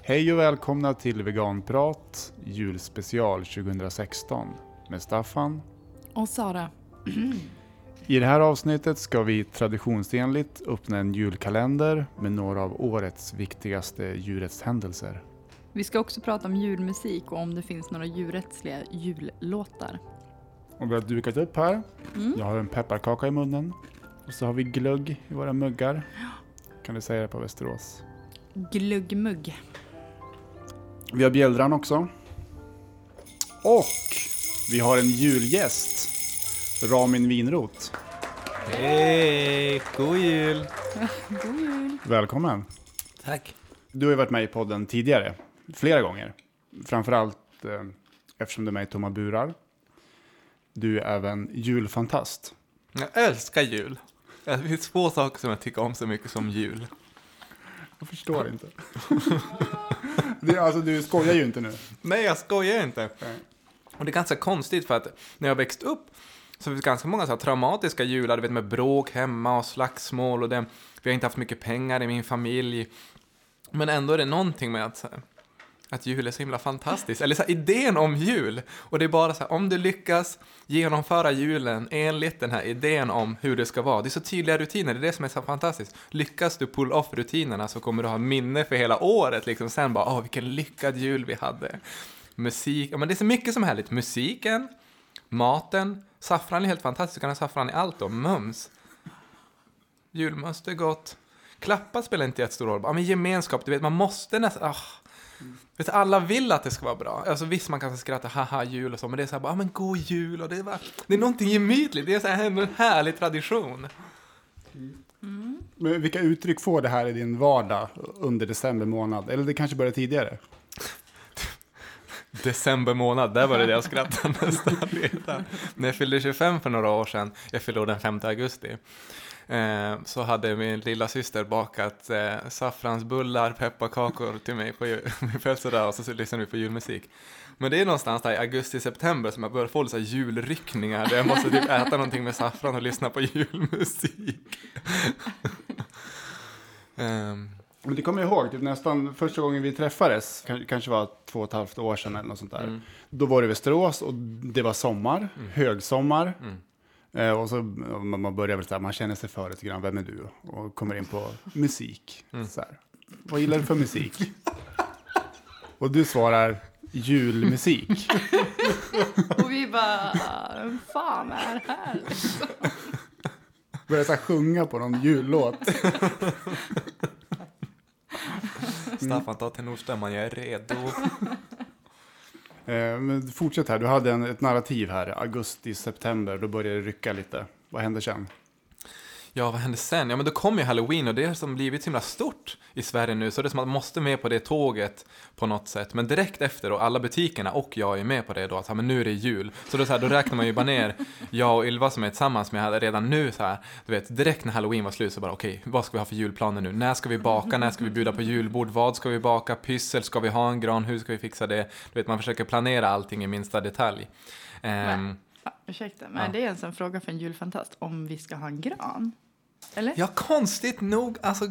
Hej och välkomna till Veganprat julspecial 2016 med Staffan och Sara. I det här avsnittet ska vi traditionsenligt öppna en julkalender med några av årets viktigaste djurrättshändelser. Vi ska också prata om julmusik och om det finns några djurrättsliga jullåtar. Och vi har dukat upp här. Jag har en pepparkaka i munnen. Och så har vi glögg i våra muggar. Kan du säga det på Västerås? Glöggmugg. Vi har bjällran också. Och vi har en julgäst. Ramin Winroth. Hej! God jul! God jul! Välkommen. Tack. Du har ju varit med i podden tidigare. Flera gånger. Framförallt eftersom du är med i Tomma burar. Du är även julfantast. Jag älskar jul. Det finns få saker som jag tycker om så mycket som jul. Jag förstår inte. Du skojar ju inte nu. Nej, jag skojar inte. Nej. Och det är ganska konstigt för att när jag växt upp så finns det ganska många så här traumatiska jular, du vet, med bråk hemma och slagsmål och det. Vi har inte haft mycket pengar i min familj. Men ändå är det någonting med att jul är så himla fantastiskt. Eller så här, idén om jul. Och det är bara så här, om du lyckas genomföra julen enligt den här idén om hur det ska vara. Det är så tydliga rutiner, det är det som är så fantastiskt. Lyckas du pull off rutinerna så kommer du ha minne för hela året. Liksom. Sen bara, vilken lyckad jul vi hade. Musik, men det är så mycket som är härligt. Musiken, maten, saffran är helt fantastiskt. Du kan ha saffran i allt då, mums. Julmust är gott. Klappa spelar inte jättestor roll. Men gemenskap, du vet, man måste nästan... Vet, alla vill att det ska vara bra. Alltså visst, man kan skratta, haha, jul och så. Men det är så här, men god jul. Och det är någonting gemytligt. Det är så här en härlig tradition. Men vilka uttryck får det här i din vardag under december månad? Eller det kanske började tidigare? December månad, där var det jag skrattade nästan redan. När jag fyllde 25 för några år sedan, jag fyllde den 5 augusti, så hade min lilla syster bakat saffransbullar, pepparkakor till mig på min födelsedag, och så lyssnade vi på julmusik. Men det är någonstans där i augusti-september som jag börjar få så här julryckningar där jag måste typ äta någonting med saffran och lyssna på julmusik. Men det kommer jag ihåg, typ nästan första gången vi träffades, kanske var 2,5 år sedan eller något sånt där. Då var det Västerås och det var sommar, högsommar. Och så man börjar väl så här, man känner sig för lite grann, vem är du? Och kommer in på musik. Så här. Vad gillar du för musik? Och du svarar julmusik. Och vi bara, vem fan är det här? Börjar så här sjunga på någon jullåt. Staffan, ta tenorstämman, jag är redo. Men fortsätt här, du hade ett narrativ här, augusti-september, då började det rycka lite. Vad hände sen? Ja, vad hände sen? Ja, men då kom ju Halloween och det har som blivit så himla stort i Sverige nu. Så det är som att man måste med på det tåget på något sätt. Men direkt efter då, alla butikerna och jag är med på det då. Att men nu är det jul. Så då, så här, då räknar man ju bara ner, jag och Ylva som är tillsammans med hade redan nu så här. Du vet, direkt när Halloween var slut så bara okej, vad ska vi ha för julplaner nu? När ska vi baka? När ska vi bjuda på julbord? Vad ska vi baka? Pyssel? Ska vi ha en gran? Hur ska vi fixa det? Du vet, man försöker planera allting i minsta detalj. Ursäkta, men det är ens en fråga för en julfantast om vi ska ha en gran. Eller? Ja, konstigt nog, alltså...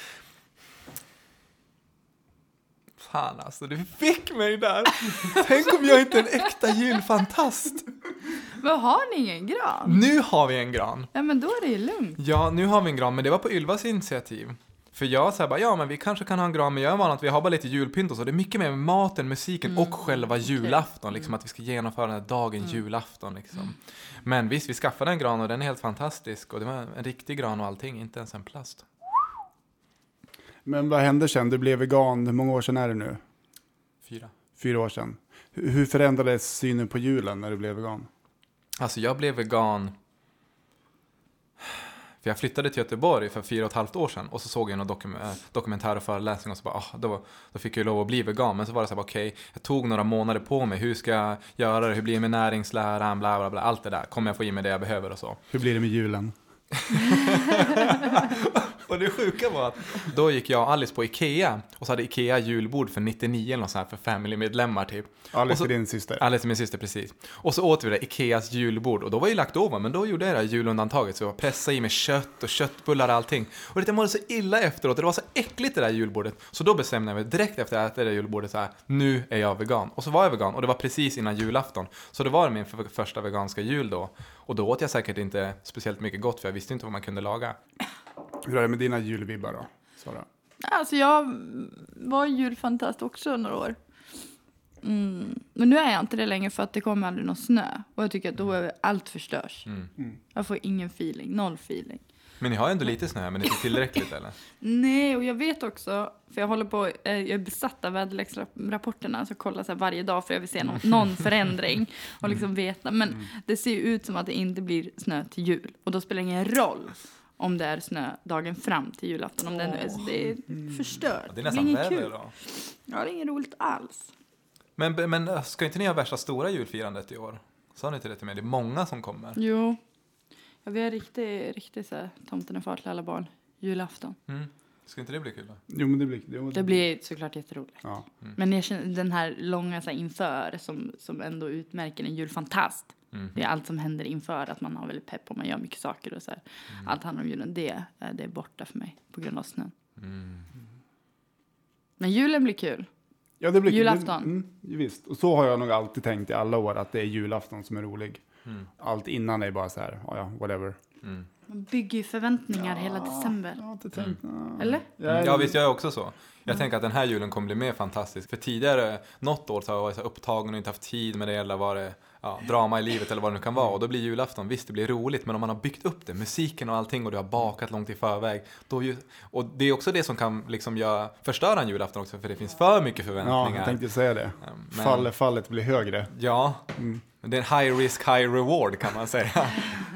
Fan alltså, du fick mig där. Tänk om jag inte är en äkta julfantast. Men har ni ingen gran? Nu har vi en gran. Ja, men då är det ju lugnt. Ja, nu har vi en gran, men det var på Ylvas initiativ. För jag sa bara, ja men vi kanske kan ha en gran, men jag är van att vi har bara lite julpynt och så. Det är mycket mer med maten, musiken och själva julafton. Liksom att vi ska genomföra den här dagen julafton liksom. Men visst, vi skaffade en gran och den är helt fantastisk. Och det var en riktig gran och allting, inte ens en plast. Men vad hände sen? Du blev vegan, hur många år sedan är det nu? 4 år sedan. Hur förändrades synen på julen när du blev vegan? Alltså jag blev vegan... För jag flyttade till Göteborg för 4,5 år sedan. Och så såg jag någon dokumentär och föreläsning. Och så bara, då fick jag lov att bli vegan. Men så var det så här, okej, jag tog några månader på mig. Hur ska jag göra det? Hur blir det med näringsläran? Bla, bla, bla. Allt det där. Kommer jag få i mig det jag behöver och så. Hur blir det med julen? Och det sjuka var att då gick jag och Alice på Ikea och så hade Ikea julbord för 99 eller något sånt här för family-medlemmar typ. Alice är din syster. Alice är min syster, precis. Och så åt vi det Ikeas julbord och då var ju lagt over, men då gjorde jag det här julundantaget så jag pressade i med kött och köttbullar och allting. Och det mådde så illa efteråt, det var så äckligt det där julbordet. Så då bestämde jag mig direkt efter att äta det där julbordet så här, nu är jag vegan. Och så var jag vegan och det var precis innan julafton. Så det var min första veganska jul då. Och då åt jag säkert inte speciellt mycket gott för jag visste inte vad man kunde laga. Hur är det med dina julvibbar då, Sara? Alltså jag var julfantast också några år. Men nu är jag inte det längre för att det kommer aldrig någon snö. Och jag tycker att då är allt förstörs. Jag får ingen feeling, noll feeling. Men ni har ju ändå lite snö, men det är inte tillräckligt eller? Nej, och jag vet också, för jag håller på, jag är besatt av väderleksrapporterna, så jag kollar så här varje dag för jag vill se någon förändring och liksom veta. Men det ser ju ut som att det inte blir snö till jul. Och då spelar det ingen roll om det är snö dagen fram till julafton. Om det är förstört. Det är nästan värre då. Ja, det är inget roligt alls. Men ska inte ni ha värsta stora julfirandet i år? Sa ni inte det till mig? Det är många som kommer. Jo. Ja, vi har riktigt så här, tomten är far till alla barn. Julafton. Ska inte det bli kul då? Jo, men det blir såklart jätteroligt. Ja. Men jag känner den här långa så här, inför som ändå utmärker en julfantast. Det är allt som händer inför att man har väldigt pepp och man gör mycket saker och så här. Allt handlar om julen. Det är borta för mig på grund av snön. Men julen blir kul. Ja, det blir julafton. Visst. Och så har jag nog alltid tänkt i alla år att det är julafton som är rolig. Allt innan är bara så här, ja, whatever. Man bygger ju förväntningar hela december. Jag har inte tänkt. Eller? Ja, visst, jag är också så. Jag tänker att den här julen kommer bli mer fantastisk. För tidigare, något år så har jag varit så upptagen och inte haft tid med det eller var det drama i livet eller vad det nu kan vara. Och då blir julafton, visst det blir roligt, men om man har byggt upp det, musiken och allting och du har bakat långt i förväg. Och det är också det som kan liksom förstöra en julafton också, för det finns för mycket förväntningar. Ja, jag tänkte säga det. Fallet blir högre. Ja, det är en high risk, high reward kan man säga.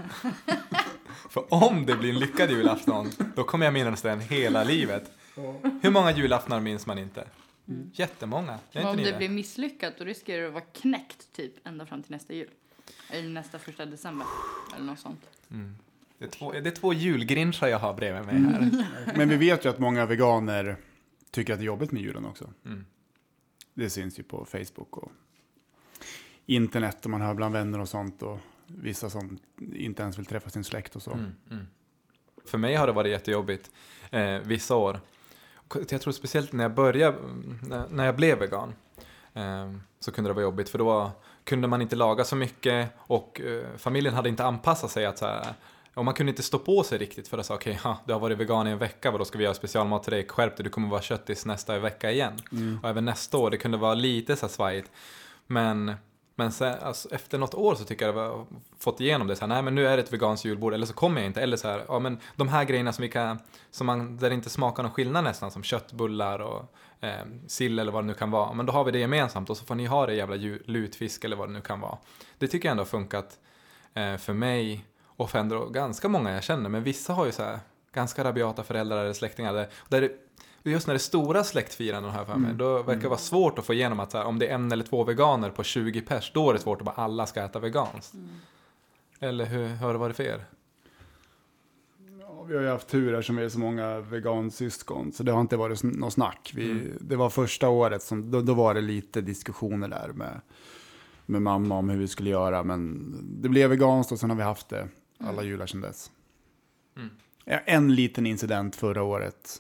För om det blir en lyckad julafton, då kommer jag minnas den hela livet. Hur många julaftnar minns man inte? Jättemånga. Om det blir misslyckat, då riskerar det att vara knäckt typ ända fram till nästa jul. Eller nästa 1 december. Eller något sånt. Det är två julgrinchar jag har bredvid mig här. Men vi vet ju att många veganer tycker att det är jobbigt med julen också. Det syns ju på Facebook och internet och man hör bland vänner och sånt. Och vissa som inte ens vill träffa sin släkt och så. För mig har det varit jättejobbigt vissa år. Jag tror speciellt när jag blev vegan så kunde det vara jobbigt. För då kunde man inte laga så mycket och familjen hade inte anpassat sig att så här, och man kunde inte stå på sig riktigt för att säga okej, du har varit vegan i en vecka, vad då ska vi göra specialmat till dig? Skärp dig, du kommer vara köttis nästa vecka igen. Och även nästa år, det kunde vara lite så här svajigt. Men sen, alltså, efter något år så tycker jag att jag har fått igenom det. Så här, nej, men nu är det ett veganskt julbord. Eller så kommer jag inte. Eller så här, ja, men de här grejerna där det inte smakar någon skillnad nästan. Som köttbullar och sill eller vad det nu kan vara. Men då har vi det gemensamt. Och så får ni ha det jävla lutfisk eller vad det nu kan vara. Det tycker jag ändå har funkat för mig. Och för ändå ganska många jag känner. Men vissa har ju så här ganska rabiata föräldrar eller släktingar. Där just när det är stora släktfiranden här för mig, då verkar det vara svårt att få igenom att så här, om det är 1 eller 2 veganer på 20 pers, då är det svårt att bara alla ska äta veganskt. Eller hur har det varit för er? Ja, vi har ju haft turer som är så många vegansyskon, så det har inte varit något snack. Det var första året, som, då var det lite diskussioner där med mamma om hur vi skulle göra, men det blev veganskt och sen har vi haft det alla jular sedan dess. En liten incident förra året.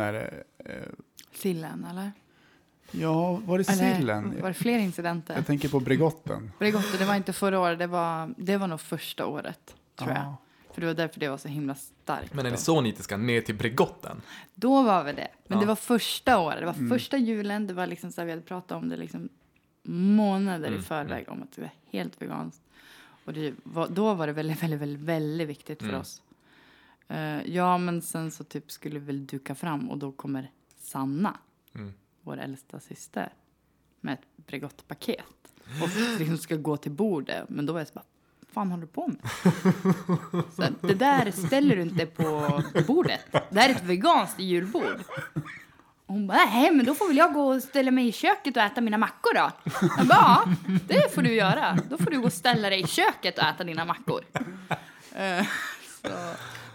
Sillen, eller? Ja, var det sillen? Var det fler incidenter? Jag tänker på Bregotten. Bregotten, det var inte förra året, det var nog första året, tror jag. För det var därför det var så himla starkt. Men är ni så nitiska ner till Bregotten? Då var vi det. Men det var första året, det var första julen, det var liksom så här, vi hade pratat om det liksom månader i förväg om att det var helt veganskt. Och då var det väldigt, väldigt, väldigt, väldigt viktigt för oss. Ja, men sen så typ skulle vi väl duka fram och då kommer Sanna, vår äldsta syster, med ett Bregottpaket och liksom ska gå till bordet, men då var jag så bara, fan håller du på med? Så det där ställer du inte på bordet. Det här är ett veganskt julbord. Och hon bara, nej, men då får väl jag gå och ställa mig i köket och äta mina mackor då. Jag bara, ja, det får du göra. Då får du gå och ställa dig i köket och äta dina mackor. Så.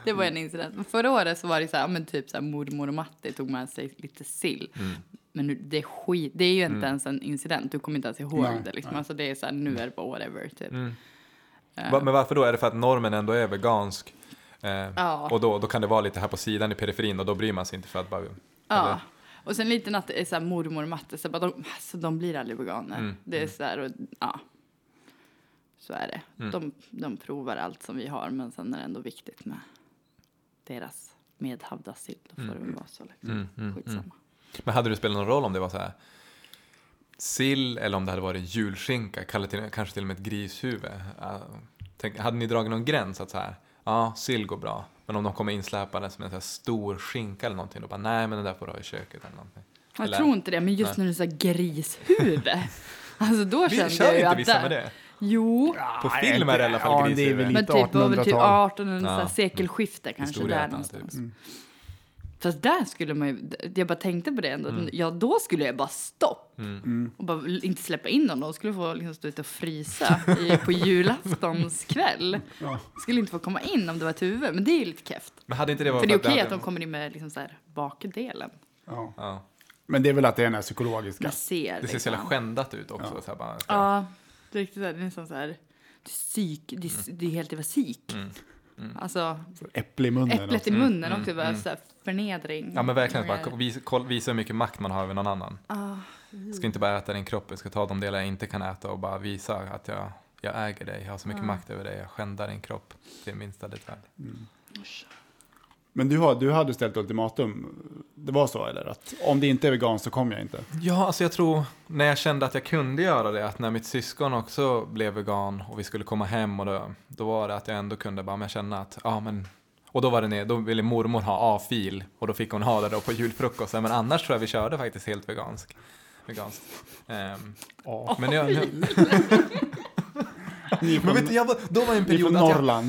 Det var en incident. Men förra året så var det så här, men typ så här, mormor och Matti tog med sig lite sill. Men nu, det är ju inte ens en incident. Du kommer inte ens ihåg det. Liksom. Alltså det är så här, nu är det bara whatever. Typ. Men varför då? Är det för att normen ändå är vegansk? Och då kan det vara lite här på sidan i periferin och då bryr man sig inte för att bara... Ja. Eller? Och sen lite att det är så här, mormor och Matte. Så bara, de blir aldrig veganer. Det är så här, och, ja. Så är det. De provar allt som vi har. Men sen är det ändå viktigt med deras medhavda sill. Då får det väl vara så. Liksom. Skitsamma. Men hade du spelat någon roll om det var så här sill eller om det hade varit julskinka? Kanske till och med ett grishuvud. Hade ni dragit någon gräns att så här, ja, sill går bra. Men om de kommer insläpande som en så här stor skinka eller någonting, då bara, nej, men den där får du ha i köket eller någonting. Jag tror inte det, men just när du sa grishuvud. Alltså då kände jag ju att... vissa med det? Jo. På film är det i alla fall grishuvud. Men typ var väl typ 1800 sekelskifte kanske där någonstans. Typ. Fast där skulle man ju... Jag bara tänkte på det ändå. Ja, då skulle jag bara stopp. Och bara inte släppa in dem. De skulle få liksom stå ute och frysa på julaftonskväll. Skulle inte få komma in om det var ett huvud. Men det är ju lite keft. Men hade inte det varit för det är okej att de kommer in med liksom så här bakdelen. Ja. Men det är väl att det är den här psykologiska. Man ser, det ser så jävla skändat ut också. Ja, så här bara, ja det är riktigt. Det är nästan så här... Det är helt jävla psyk. Alltså, äpple i munnen. Äpplet i munnen också. Bara så här förnedring. Ja, men verkligen. Bara visa hur mycket makt man har över någon annan. Ska inte bara äta din kropp. Jag ska ta de delar jag inte kan äta och bara visa att jag äger dig. Jag har så mycket makt över dig. Jag skändar din kropp till minsta detalj. Men du hade ställt ultimatum. Det var så, eller? Att om det inte är vegan så kommer jag inte. Ja, alltså jag tror när jag kände att jag kunde göra det, att när mitt syskon också blev vegan och vi skulle komma hem och då var det att jag ändå kunde bara, men jag kände att, och då var det då ville mormor ha A-fil och då fick hon ha det då på julfrukosten, men annars tror jag vi körde faktiskt helt veganskt. Men men vet du, då var en period att Norrland.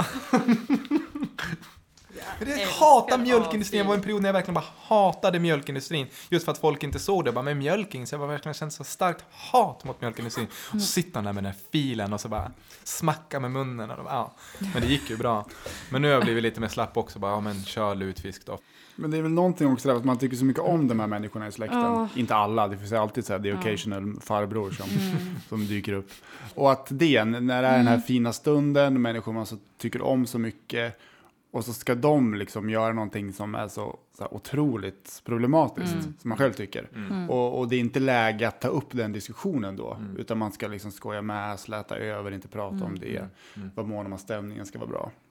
Jag hatar mjölkindustrin. Det var en period när jag verkligen bara hatade mjölkindustrin. Just för att folk inte såg det. Bara med mjölking. Så jag verkligen kände så starkt hat mot mjölkindustrin. Och så sitter han där med den här filen och så bara smacka med munnen. Och Men det gick ju bra. Men nu har jag blivit lite mer slapp också. Bara, men kör lutfisk då. Men det är väl någonting också där att man tycker så mycket om de här människorna i släkten. Inte alla, det finns alltid så här, the occasional farbror som dyker upp. Och att det, när det är den här fina stunden, människor man så tycker om så mycket, och så ska de liksom göra någonting som är så här otroligt problematiskt, som man själv tycker. Och det är inte läge att ta upp den diskussionen då, utan man ska liksom skoja med, släta över, inte prata om det. Vad mån om att stämningen ska vara bra.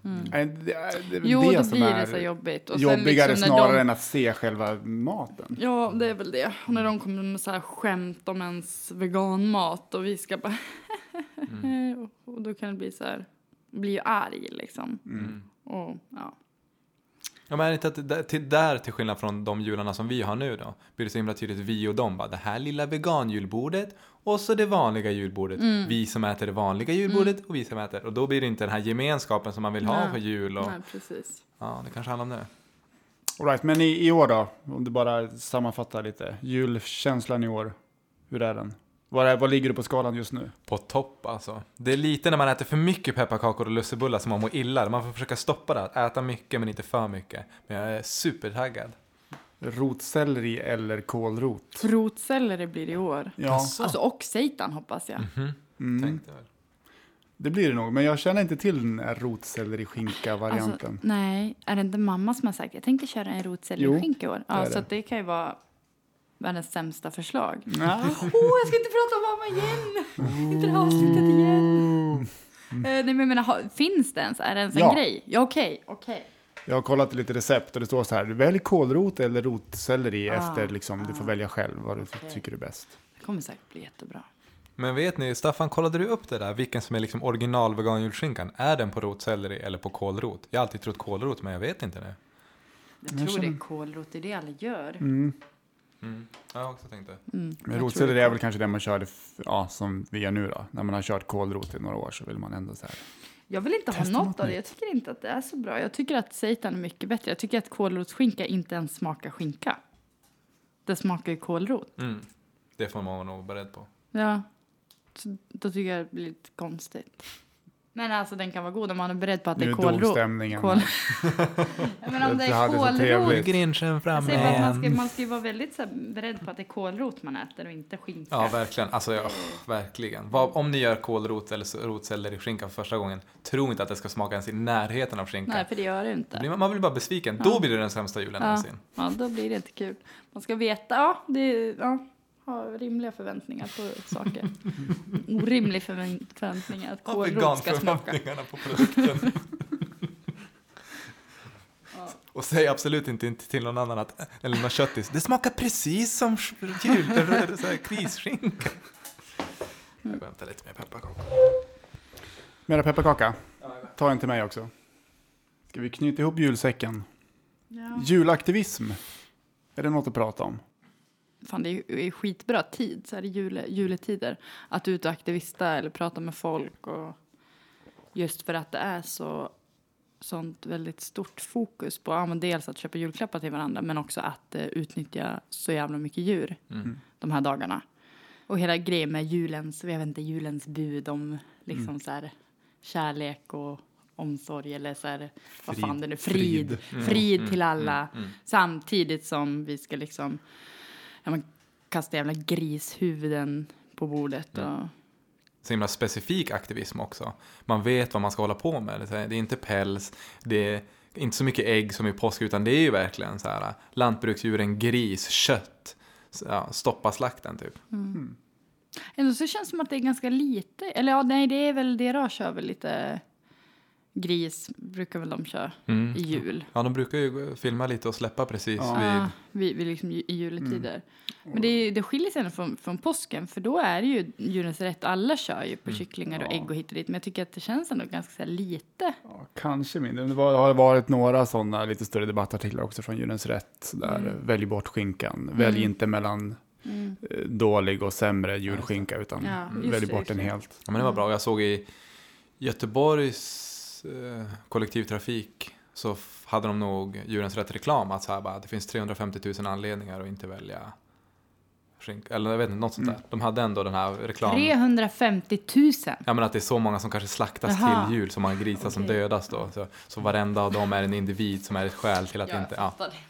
Det då som blir är det så jobbigt. Och jobbigare liksom snarare än att se själva maten. Ja, det är väl det. Och när de kommer med så här skämt om ens veganmat och vi ska bara... och då kan det bli så här... Blir ju arg liksom. Och, Ja, men är det inte att till skillnad från de jularna som vi har nu då, blir det så himla tydligt vi och de bara, det här lilla veganjulbordet och så det vanliga julbordet. Vi som äter det vanliga julbordet och vi som äter. Och då blir det inte den här gemenskapen som man vill ha för jul. Och, nej, precis. Ja, det kanske handlar om det. All right, men i år då, om du bara sammanfattar lite. Julkänslan i år, hur är den? Vad ligger du på skalan just nu? På topp alltså. Det är lite när man äter för mycket pepparkakor och lussebullar som man mår illa. Man får försöka stoppa det. Äta mycket men inte för mycket. Men jag är supertaggad. Rotselleri eller kålrot? Rotselleri blir det i år. Ja. Alltså, och seitan hoppas jag. Tänkte väl. Det blir det nog, men jag känner inte till den här rotselleri-skinka-varianten. Alltså, nej, är det inte mamma som har sagt jag tänkte köra en rotselleri-skinka i år? Ja, så att det kan ju vara världens sämsta förslag. Jag ska inte prata om mamma igen. Inte det här avsnittet igen. Nej, men jag menar, finns det ens? Är det ens en grej? Ja, okej. Jag har kollat lite recept och det står så här, välj kålrot eller rotselleri efter liksom, du får välja själv vad du tycker är bäst. Det kommer säkert bli jättebra. Men vet ni, Staffan, kollade du upp det där? Vilken som är liksom original veganjulskinkan? Är den på rotselleri eller på kålrot? Jag har alltid trott kålrot, men jag vet inte det. Jag tror det är kålrot, det är det alla gör. Jag har också tänkt det. Men rotselleri är väl kanske det man körde, som vi gör nu då. När man har kört kålrot i några år så vill man ändå så här. Jag vill inte ha något av det. Jag tycker inte att det är så bra. Jag tycker att seitan är mycket bättre. Jag tycker att kålrotsskinka inte ens smakar skinka. Det smakar ju kålrot. Det får man nog vara beredd på. Ja. Så då tycker jag det blir lite konstigt. Men alltså den kan vara god om man är beredd på att det är Nu kålrot. dog stämningen. Men om det Jag hade är så kålrot. trevligt. Grinchen Jag framme säger bara att igen. man ska ju vara väldigt så här, beredd på att det är kålrot man äter och inte skinka. Ja, verkligen. Alltså, ja, verkligen. Om ni gör kålrot eller rotselleri skinka för första gången, tro inte att det ska smaka ens i närheten av skinka. Nej, för det gör det inte. Man blir bara besviken. Då blir det den sämsta julen någonsin. Ja, då blir det inte kul. Man ska veta, ha rimliga förväntningar på saker. Orimliga förväntningar att kålrot ska smaka. Veganförväntningarna på produkten. Och säg absolut inte till någon annan eller någon köttis. Det smakar precis som krisskinka. Jag väntar lite med pepparkaka. Mera pepparkaka. Ta en till mig också. Ska vi knyta ihop julsäcken? Ja. Julaktivism. Är det något att prata om? Fan, det är skitbra tid, så här juletider. Att ut och aktivista eller prata med folk. Och just för att det är sånt väldigt stort fokus på men dels att köpa julklappar till varandra, men också att utnyttja så jävla mycket djur de här dagarna. Och hela grejen med julens bud om liksom så här kärlek och omsorg eller så här, vad fan det nu, frid till alla. Samtidigt som vi ska liksom kasta jävla grishuvuden på bordet. Och Så himla specifik aktivism också. Man vet vad man ska hålla på med. Det är inte päls, det är inte så mycket ägg som i påsk, utan det är ju verkligen så här lantbruksdjuren, gris, kött. Stoppa slakten typ. Ändå så känns det som att det är ganska lite. Eller det är väl det kör väl lite gris brukar väl de köra i jul. Ja, de brukar ju filma lite och släppa precis vid liksom i juletider. Men det skiljer sig ändå från påsken, för då är det ju djurens rätt. Alla kör ju på kycklingar och ägg och hit och dit. Men jag tycker att det känns ändå ganska så här lite. Ja, kanske mindre. Det har varit några sådana lite större debattartiklar också från Djurens Rätt. Där välj bort skinkan. Välj inte mellan dålig och sämre julskinka, utan välj bort den helt. Ja, men det var bra. Jag såg i Göteborgs kollektivtrafik så hade de nog Djurens Rätt reklam att så här bara, det finns 350 000 anledningar att inte välja skinka, eller jag vet inte, något sånt där. De hade ändå den här reklamen. 350 000? Ja, men att det är så många som kanske slaktas till jul, så många grisar som dödas då. Så varenda av dem är en individ som är ett skäl till att inte...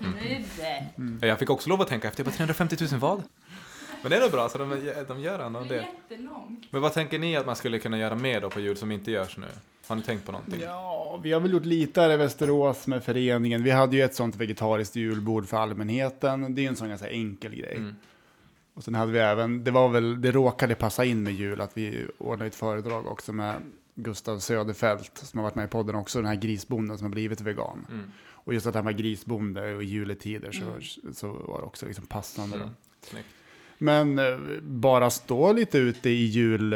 Jag fick också lov att tänka efter, på 350 000 vad? Men det är nog bra, så de gör ändå det. Det är jättelångt. Men vad tänker ni att man skulle kunna göra mer då på jul som inte görs nu? Har ni tänkt på någonting? Ja, vi har väl gjort lite här i Västerås med föreningen. Vi hade ju ett sånt vegetariskt julbord för allmänheten. Det är ju en sån ganska enkel grej. Och sen hade vi även, det råkade passa in med jul att vi ordnade ett föredrag också med Gustav Söderfält som har varit med i podden också, den här grisbonden som har blivit vegan. Och just att han var grisbonde och i juletider så var det också liksom passande då. Snyggt. Men bara stå lite ute i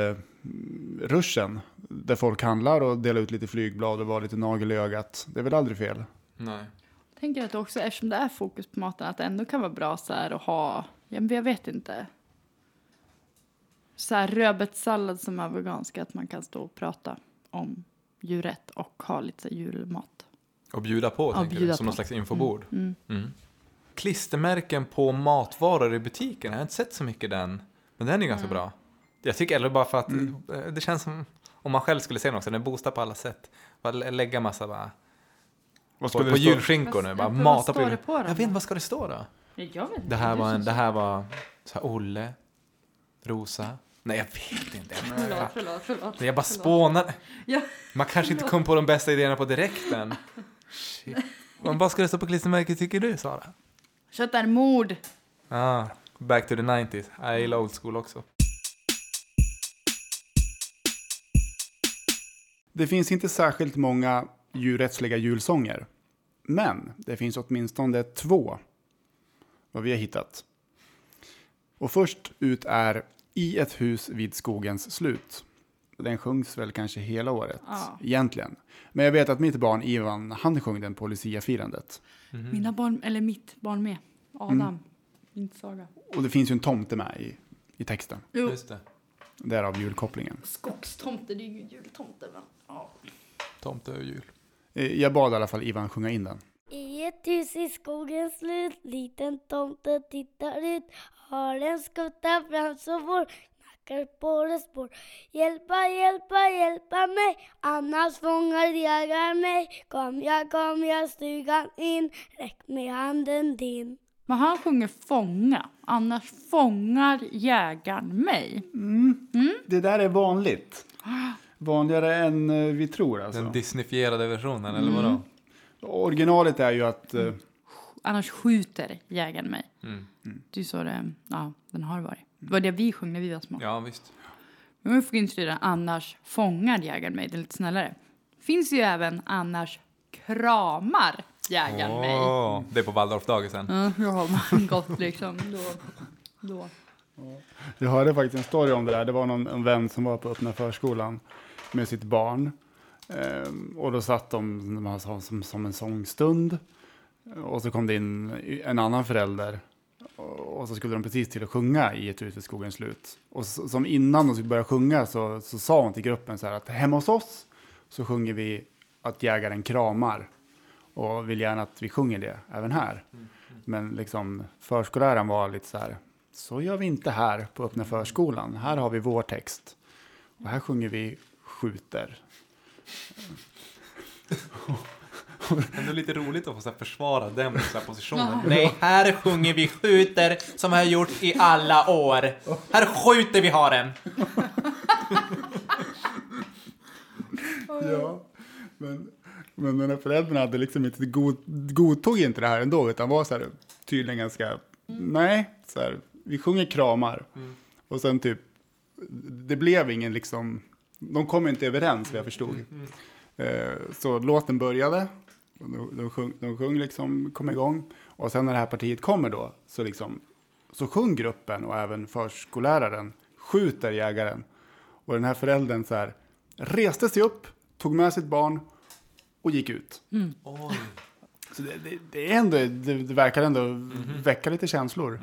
julruschen där folk handlar och delar ut lite flygblad och vara lite nagel i ögat. Det är väl aldrig fel. Nej. Jag tänker att också, eftersom det är fokus på maten, att det ändå kan vara bra så här att ha, jag vet inte, så här rödbetssallad som är veganska, att man kan stå och prata om djurrätt och ha lite så här julmat. Och bjuda på, tänker du, som någon slags infobord. Klistermärken på matvaror i butiken, jag har inte sett så mycket den. Men den är ganska bra. Jag tycker, eller bara för att det känns som om man själv skulle se den också, den boostar på alla sätt. Bara lägga massa bara på julskinkor nu, bara mata på jul. Jag vet inte, vad ska det stå då? Jag vet inte. Det här var så här Olle, Rosa. Nej, jag vet inte. Förlåt. Jag bara spånar. Ja. Man kanske inte kom på de bästa idéerna på direkten. Shit. Vad ska det stå på klistermärket, tycker du, Sara? Kött är mord. Back to the 90s. Jag gillar old school också. Det finns inte särskilt många djurrättsliga julsånger. Men det finns åtminstone 2 vad vi har hittat. Och först ut är I ett hus vid skogens slut. Den sjungs väl kanske hela året egentligen. Men jag vet att mitt barn Ivan, han sjöng den på Lucia-firandet. Mina barn, eller mitt barn med. Adam, min saga. Och det finns ju en tomte med i texten. Jo. Just det. Därav julkopplingen. Skogstomte, det är ju jultomte, va? Ja. Tomte och jul. Jag bad i alla fall Ivan sjunga in den. I ett hus i skogens slut, liten tomte tittar ut, har en skutta fram så får åker spår. Hjälpa mig, annars fångar jägaren mig. Kom jag stugan in, räck mig handen din. Men han sjunger fånga, annars fångar jägaren mig. Det där är vanligt. Vanligare än vi tror alltså. Den disneyfierade versionen, eller vadå? Originalet är ju att... Annars skjuter jägaren mig. Det är så den har varit. Det var det vi sjöng när vi var små. Ja, visst. Men vi får instyra annars fångar jägaren mig. Det är lite snällare. Finns ju även annars kramar jägaren mig. Det är på Waldorfdagisen. Ja, jag har gått liksom då. Jag hörde faktiskt en story om det där. Det var en vän som var på öppna förskolan med sitt barn. Och då satt de som en sångstund. Och så kom det in en annan förälder. Och så skulle de precis till att sjunga i Ett hus i skogens slut. Och som innan de skulle börja sjunga så sa hon till gruppen så här att hemma hos oss så sjunger vi att jägaren kramar. Och vill gärna att vi sjunger det även här. Men liksom förskolläraren var lite så här, så gör vi inte här på öppna förskolan. Här har vi vår text. Och här sjunger vi skjuter. Det är lite roligt att få så här försvara den så här positionen. Nej, här sjunger vi skjuter som vi har gjort i alla år. Här skjuter vi haren. Ja, men den här föräldern hade liksom inte godtog inte det här ändå, utan var så här tydligen ganska, nej, så här, vi sjunger kramar. Och sen typ, det blev ingen liksom, de kom inte överens vad jag förstod. Så låten började, de sjöng liksom, kom igång. Och sen när det här partiet kommer då, så sjöng gruppen och även förskolläraren skjuter jägaren. Och den här föräldern så här reste sig upp, tog med sitt barn och gick ut. Oj. Så det är ändå, det verkar ändå väcka lite känslor.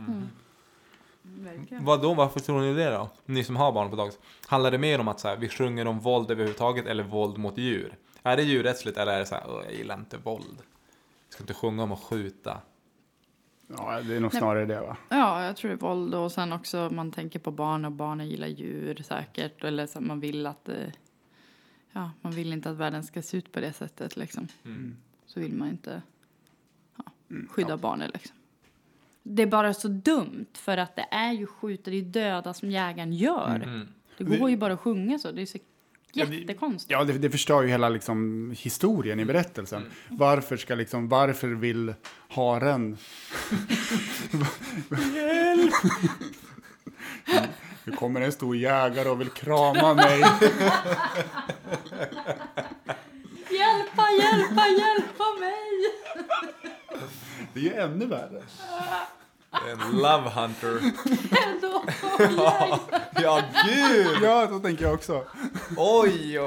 Varför tror ni det då? Ni som har barn på dagis. Handlar det mer om att så här, vi sjunger om våld överhuvudtaget eller våld mot djur? Är det djurrättsligt eller är det så här, jag gillar inte våld? Jag ska inte sjunga om att skjuta. Ja, det är nog snarare det, va? Ja, jag tror det är våld. Och sen också man tänker på barn och barnen gillar djur säkert. Eller så man vill att man vill inte att världen ska se ut på det sättet liksom. Så vill man inte skydda barnen liksom. Det är bara så dumt för att det är ju skjuter i döda som jägaren gör. Det går ju bara att sjunga så. Det är så jättekonstigt. Ja, det förstör ju hela liksom historien i berättelsen. Varför vill haren... Hjälp! Nu kommer en stor jägare och vill krama mig. Hjälpa mig! Det är ju ännu värre. En love hunter. Ja, gud! Ja, så tänker jag också. Oj.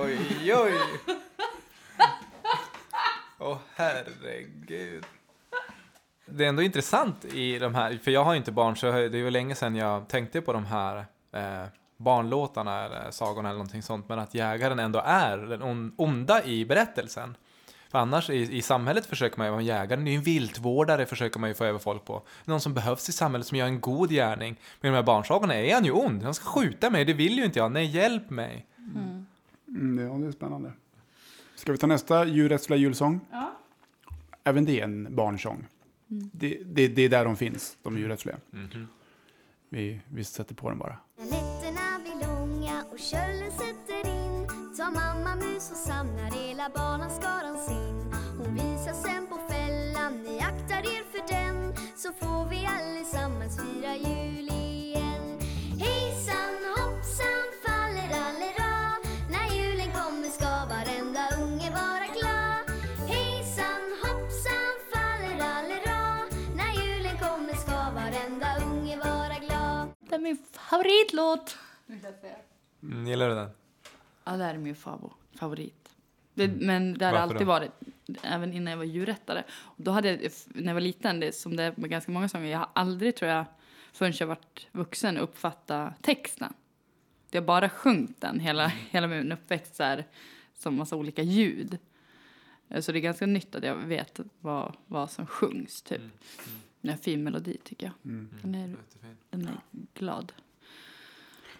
Åh, herregud. Det är ändå intressant i de här, för jag har ju inte barn, så det är ju länge sedan jag tänkte på de här barnlåtarna eller sagorna eller någonting sånt, men att jägaren ändå är den onda i berättelsen. För annars i samhället försöker man ju vara jägaren, det är ju en viltvårdare försöker man ju få över folk på. Någon som behövs i samhället som gör en god gärning. Men de här barnsagorna är han ju ond, han ska skjuta mig, det vill ju inte jag, nej hjälp mig. Ja, det är spännande. Ska vi ta nästa djurrättsliga julsång? Ja. Även det är en barnsång. Det är där de finns, de djurrättsliga. Vi sätter på den bara. Nätterna blir långa och köllen sätter in. Ta mamma mus och samlar hela barnaskaran sin. Hon visar sen på fällan, ni aktar er för den. Så får vi allesammans fira jul igen. Hejsan hoppsan faller allera. När julen kommer ska varenda unge vara glad. Hejsan hoppsan faller allera. När julen kommer ska varenda unge vara glad. Det är min favoritlåt. Gillar du den? Ja, det är min favorit. Men det har alltid varit, även innan jag var djurrättare. Och då hade jag, när jag var liten, som det är med ganska många sånger, jag har aldrig, tror jag, förrän jag varit vuxen, uppfattat texten. Jag bara sjungit den hela min uppväxt så här, som massa olika ljud. Så det är ganska nytt att jag vet vad som sjungs, typ. Det är en fin melodi, tycker jag. Den är glad.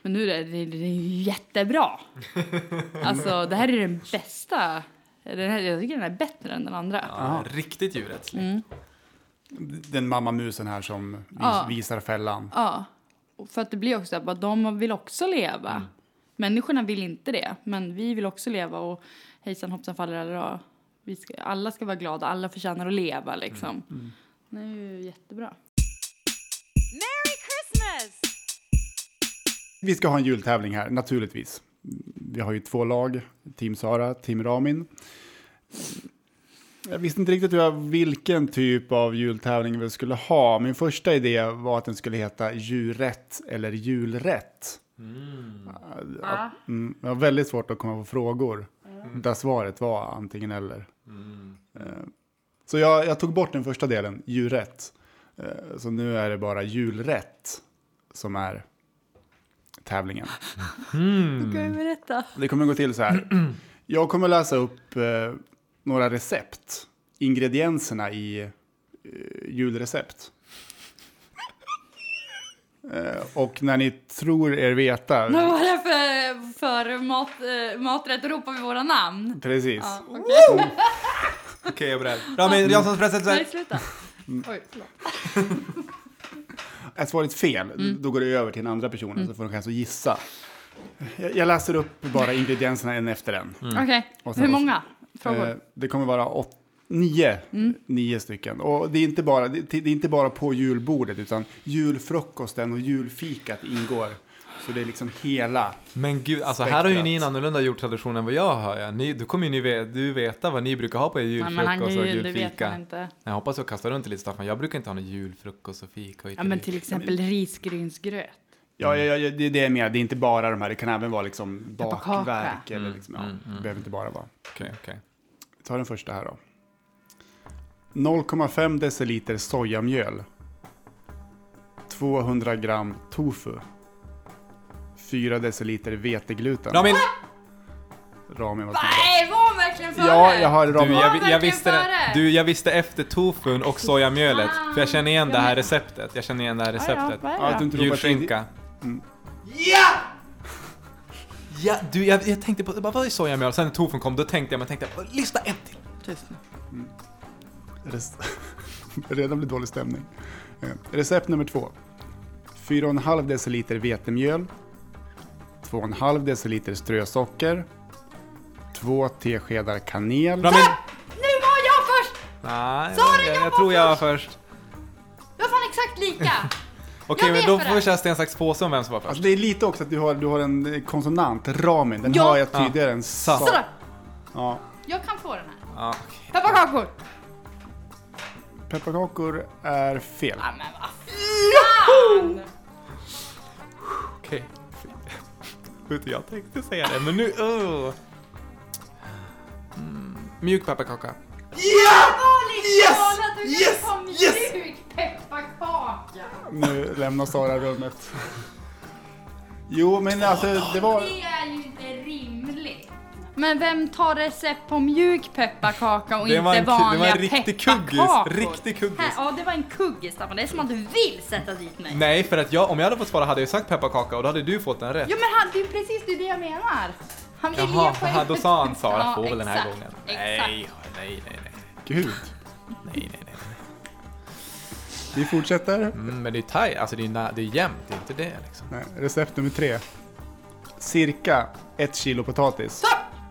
Men nu är det jättebra. Alltså, det här är den bästa. Jag tycker den är bättre än den andra. Ja, riktigt djurrättslig. Den mammamusen här som visar fällan. Ja, och för att det blir också att de vill också leva. Människorna vill inte det, men vi vill också leva. Och hejsan hoppsan faller alla. Alla ska vara glada, alla förtjänar att leva liksom. Det är ju jättebra. Merry Christmas! Vi ska ha en jultävling här, naturligtvis. Vi har ju 2 lag, Team Sara, Team Ramin. Jag visste inte riktigt vilken typ av jultävling vi skulle ha. Min första idé var att den skulle heta djurrätt eller julrätt. Det var väldigt svårt att komma på frågor där svaret var antingen eller. Så jag tog bort den första delen, djurrätt. Så nu är det bara julrätt som är tävlingen. Du kan ju berätta. Det kommer gå till så här. Jag kommer läsa upp några recept. Ingredienserna i julrecept. Och när ni tror er veta... Vad var det för maträtt? Då ropar vi våra namn. Precis. Ja, okej. Okej, jag är beredd. Ramin Janssons presenter. Nej, sluta. Oj, förlåt. Är svaret fel, då går det över till den andra personen så får de kanske gissa. Jag läser upp bara ingredienserna en efter en. Okej, Och sen- hur många frågor? Det kommer vara 9 stycken. Och det är inte bara på julbordet utan julfrukosten och julfikat ingår. Så det är liksom hela. Men gud, alltså här har ju ni en spektrat. annorlunda jultradition än vad jag har. Ja. Du kommer ju veta vad ni brukar ha på er Nej, men han julfrukost och kan ju, det vet julfika. man inte. Jag hoppas jag kastar runt lite, Staffan. Jag brukar inte ha någon julfrukost och fika. Och Ja, men till exempel risgrynsgröt. Ja, det är mer. Det är inte bara de här. Det kan även vara liksom Pepparkaka. bakverk. Eller liksom, det behöver inte bara vara. Okej. Ta den första här då. 0,5 deciliter sojamjöl. 200 gram tofu. 4 deciliter vetegluten. Ramin! Ramin var Nej, var verkligen före? Ja, jag har Du, Ramin. jag visste efter tofun och sojamjölet. För jag känner igen det här receptet. Jag känner igen det här receptet. vad är Ja, att du det? inte ropar till- Julskinka. Ja, du, jag tänkte på, vad är sojamjöl? Sen när tofun kom, då tänkte jag, lyssna en till. Tyst nu. Redan blir dålig stämning. Recept nummer 2. 4,5 deciliter vetemjöl. 2,5 deciliter strösocker. 2 teskedar kanel. Ramin! Nu var jag först! Nej, Sara, jag tror jag var först. Det var fan exakt lika. Okej, Jag men vet då vad får det vi är. köra sten, sax, påse om vem som var först. Alltså det är lite också att du har en konsonant, Ramin. Den Ja. har jag tydligare än sa. Sådär, Ja. jag kan få den här. Ja, Pepparkakor. Pepparkakor är fel. Ja, men vad fan! okej. Vet du, jag tänkte säga det, men nu... Mjuk pepparkaka. Mjuk pepparkaka. Nu lämnar Sara rummet. Jo, men alltså det var... Det är ju inte rimligt. Men vem tar recept på mjuk pepparkaka och Det var inte en vanliga riktig pepparkakor? kuggis. Riktig kuggis. Här, ja, det var en kuggis, Staffan. Det är som att du vill sätta dit mig. Nej, för att om jag hade fått svara hade jag sagt pepparkaka och då hade du fått den rätt. Jo, men det är ju precis det jag menar. Han vill Jaha, ge poäng. då sa han Sara Ja, får väl den här exakt, gången. exakt. Nej. Gud. Nej. Vi fortsätter. Men det är taj, alltså det är jämnt, det är inte det liksom. Nej, recept nummer 3. Cirka 1 kilo potatis.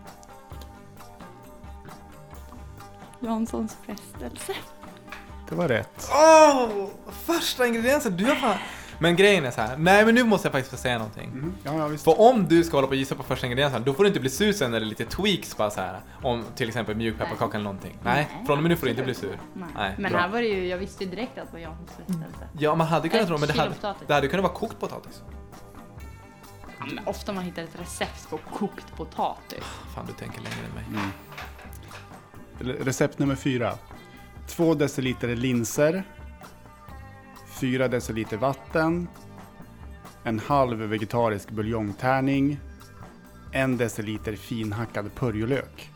Janssons frestelse. Det var rätt. Första ingrediensen, du har fan... Men grejen är så här. Nej, men nu måste jag faktiskt få säga någonting. Ja, visst. För om du ska hålla på och gissa på första ingrediensen, då får du inte bli sur sen eller lite tweaks bara så här. Om till exempel mjuk pepparkaka eller någonting. Nej, från och med nu får du inte bli sur. Nej, Men bra. här var det ju, jag visste ju direkt att det var Janssons frestelse. Ja, man hade kunnat Ett tro, men kilo potatis. det hade kunnat vara kokt potatis. Ja, men ofta man hittar ett recept på kokt potatis. Fan, du tänker längre än mig. Recept nummer 4. 2 deciliter linser. 4 deciliter vatten. En halv vegetarisk buljongtärning. 1 deciliter finhackad purjolök.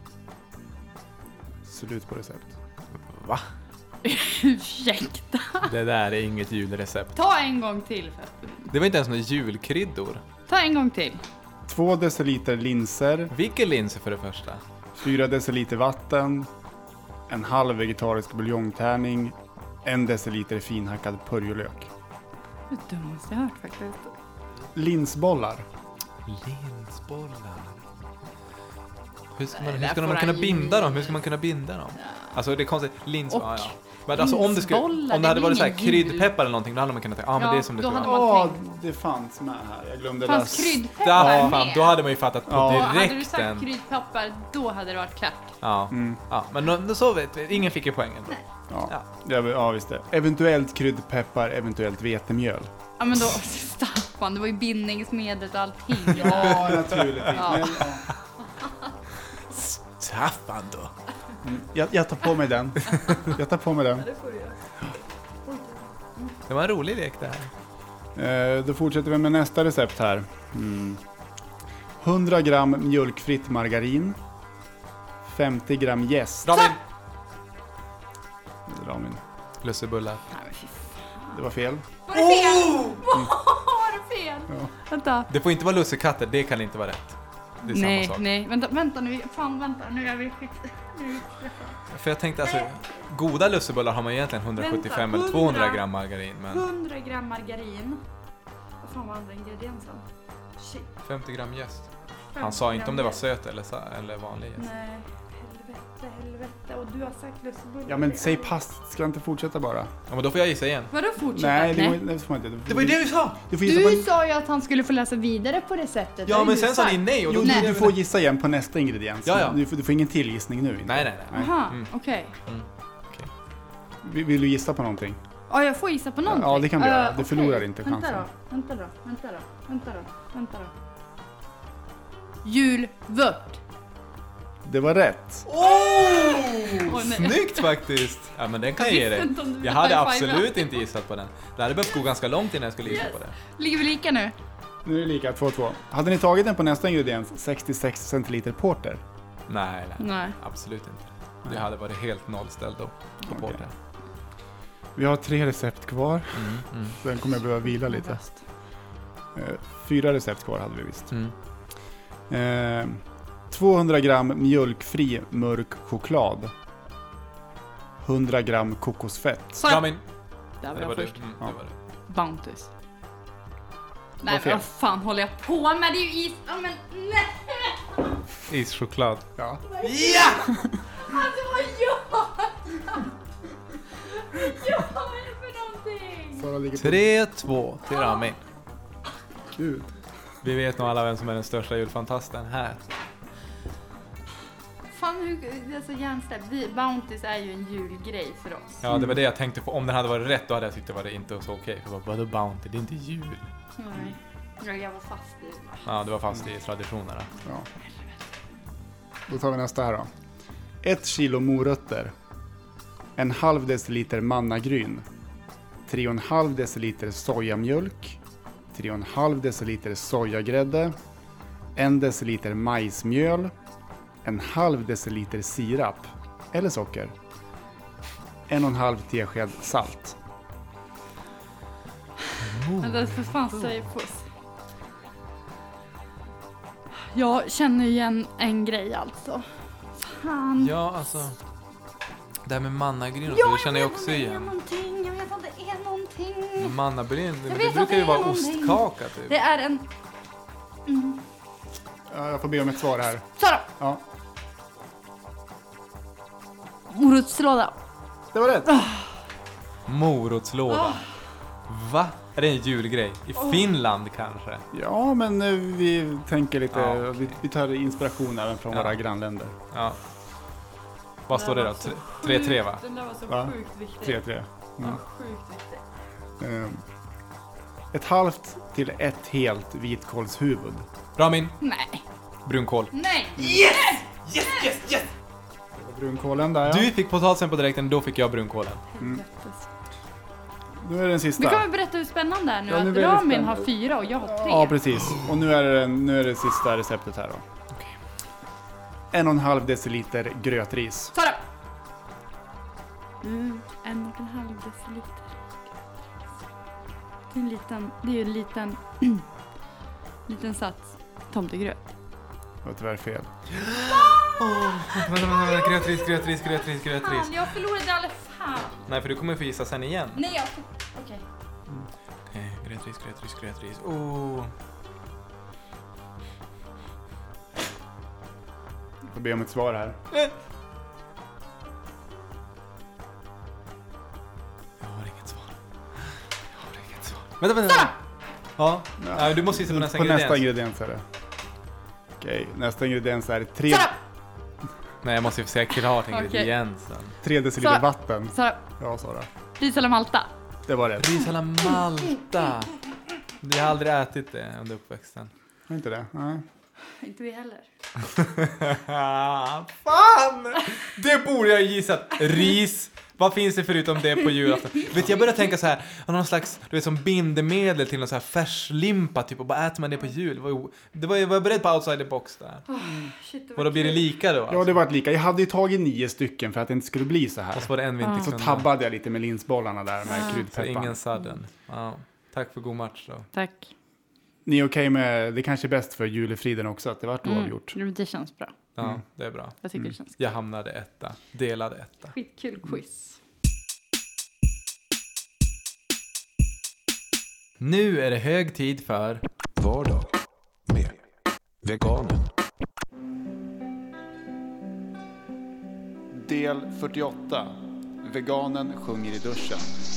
Slut på recept. Va? Ursäkta. Det där är inget julrecept. Ta en gång till. För Det var inte ens några julkryddor. Ta en gång till. 2 deciliter linser, Vilka linser för det första? 4 deciliter vatten, en halv vegetarisk buljongtärning, 1 deciliter finhackad purjolök. Det dummaste jag hört faktiskt. Linsbollar. Linsbollar. Hur ska Nej, man, där hur ska får man kunna han binda ge. dem? Hur ska man kunna binda dem? Alltså det är konstigt. Linsbollar, Och ja. Men alltså om det linsbollar, hade det varit så här blir ingen jul. kryddpeppar eller någonting, då hade man kunnat tänka, men det är som det då ska hade vara. man tänkt. Det fanns med här. Jag glömde Fanns läsa. kryddpeppar Ja, med? fan, då hade man ju fattat på Ja. Och hade du sagt direkten. kryddpeppar, då hade det varit klart. Ja. Ja, men då så vet vi. Ingen fick ju poängen då. Ja, visst det. Eventuellt kryddpeppar, eventuellt vetemjöl. Ja, men då, Staffan, det var ju bindningsmedlet och allting. Ja, naturligtvis. Ja. Men, Staffan då. jag tar på mig den. Jag tar på mig den. Det var en rolig lek det här. Då fortsätter vi med nästa recept här. 100 gram mjölkfritt margarin. 50 gram jäst. Ramin. Lussebullar. Det var fel. Var det fel? Var det fel? Ja. Vänta. Det får inte vara lussekatter, det kan inte vara rätt. Det är Nej, samma sak. nej. Vänta nu. Fan, vänta. Nu är vi skit. För jag tänkte alltså, goda lussebullar har man egentligen 175 eller 200 gram margarin. Men 100 gram margarin. Vad fan var andra ingrediensen? Shit. 50 gram jäst. Han sa inte om det var söt eller vanlig jäst. Nej, helvete. Och du har sagt lussebullar. Ja, men säg pass. Ska jag inte fortsätta bara? Ja, men då får jag gissa igen. Vadå fortsätta? Nej, det får man inte. Det var ju det vi sa! Du får gissa på Du sa ju att han skulle få läsa vidare på receptet. Ja, Det har men ju sen du sa ni sagt. nej och då... Jo, Nej. du får gissa igen på nästa ingrediens. Ja. Du får ingen tillgissning nu. Inte. Nej. Aha, okej. Vill du gissa på någonting? Ja, jag får gissa på någonting. Ja, det kan du göra. Du okej. förlorar inte chansen. Vänta då. Julvört. Det var rätt. Åh, nej. Snyggt faktiskt! Ja, men den kan jag Jag ge visste dig. inte om du Jag hade ville high-fiva. absolut inte gissat på den. Det hade behövt gå ganska långt innan jag skulle gissa Yes. på det. Ligger vi lika nu? Nu är det lika, 2-2. Hade ni tagit den på nästa ingrediens, 66 centiliter porter? Nej, Nej. absolut inte. Det hade varit helt nollställd då på Okej. porten. Vi har 3 recept kvar. Sen kommer jag behöva vila lite. 4 recept kvar hade vi visst. 200 gram mjölkfri mörk choklad. 100 gram kokosfett. Sara. Ramin. Där var Det jag var du. först. Det var du. Bounties. Nej, fel. men vad fan håller jag på med? Det är ju is... Ja, men nej! Ischoklad. Ja. Ja! Alltså, vad gör jag? Vad gör jag för någonting? Sara ligger på 3-2 till Ramin. Gud. Vi vet nog alla vem som är den största julfantasten här. Fan, det är så hjärnsläpp. Bounties är ju en julgrej för oss. Ja, det var det jag tänkte på. Om den hade varit rätt, då hade jag tyckt det var inte så okej. För vadå Bounty? Det är inte jul. Nej. Ja, jag var fast i det. Ja, du var fast i traditionerna. Ja. Då tar vi nästa här då. 1 kilo morötter. 1/2 deciliter mannagryn. 3,5 deciliter sojamjölk. 3,5 deciliter sojagrädde. 1 deciliter majsmjöl. 1/2 deciliter sirap eller socker. 1,5 tesked salt. Vänta, för fan säger puss. Jag känner igen en grej alltså. Fan. Ja, alltså. Det här med mannagryn och så, det känner jag också igen. Jag vet att det är någonting. Mannabryn, Jag det vet brukar att ju det är vara någonting. ostkaka typ. Det är en... Ja, jag får be om ett svar här. Sara! Ja, Morotslåda. det var rätt. Morotslåda. Va? Är det en julgrej? I Finland kanske? Ja, men vi tänker lite, Ja, okej. vi tar inspiration även från Ja. våra grannländer. Ja. Vad står det då? 3-3 va? Den där var så Va? sjukt viktig. 3-3. Mm. Sjukt viktig. 1/2 till 1 helt vitkålshuvud. Ramin, Nej. brunkål. Nej. Brunkålen där, ja. Du fick potatisen på direkten, då fick jag brunkålen. Helvetes. Nu är det den Nu sista. kan vi berätta hur spännande det är nu. Ja, nu att blir det Ramin spännande. har 4 och jag har 3. Ja, precis. Och nu är det sista receptet här då. Okej. 1,5 deciliter grötris. Sara! 1,5 deciliter. Det är ju en liten sats. Tomtegröt. Det var tyvärr fel. Grötris. Fan, jag förlorade i alla fall. Nej, för du kommer få gissa sen igen. Nej, okej. Grötris. Jag får be om ett svar här. Jag har inget svar. Vänta. Ja, nej, du måste gissa på nästa ingrediens. Nästa ingrediens är det. Okej, nästa ingrediens är 3 Nej, jag måste ju säga klart ingrediensen. 3 deciliter vatten. Sara, Ja, Sara. ris eller malta? Det var rätt. Ris alla Malta. Jag har aldrig ätit det under uppväxten. Var inte det? Nej. Inte vi heller. Fan! Det borde jag gissat. Ris. Vad finns det förutom det på julafton? Vet jag börjar tänka så här, någon slags, du vet, som bindemedel till någon så här färslimpa typ, och bara äter man det på jul. Jag var beredd på outside the box där. Shit, Och då blir det lika då? Alltså. Ja, det var ett lika. Jag hade ju tagit 9 stycken för att det inte skulle bli så här. Och så var det en vi inte Så kunde. tabbade jag lite med linsbollarna där med Så kryddpepparn. ingen sudden. Ja. Tack för god match då. Tack. Ni är okej med, det kanske är bäst för julefriden också att det vart oavgjort. Det känns bra. Ja, det är bra. Jag tycker det känns Jag hamnade etta. Delad etta. skitkul quiz. Nu är det hög tid för Vardag med veganen. Del 48. Veganen sjunger i duschen.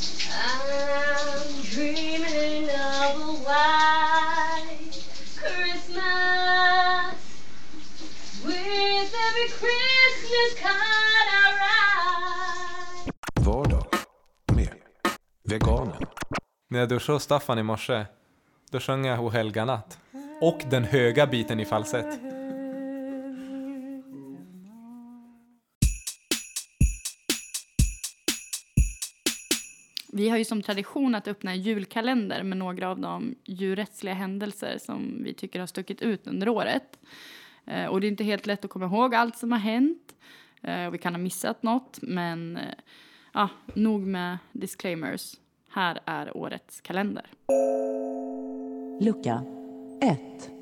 I'm dreaming of a white Christmas with every Christmas card I write. Vardag med veganen. när jag duschade hos Staffan i morse. Då sjöng jag O helga natt. Och den höga biten i falsett. Vi har ju som tradition att öppna en julkalender med några av de djurrättsliga händelser som vi tycker har stuckit ut under året. Och det är inte helt lätt att komma ihåg allt som har hänt. Och vi kan ha missat något, men nog med disclaimers. Här är årets kalender. Lucka 1.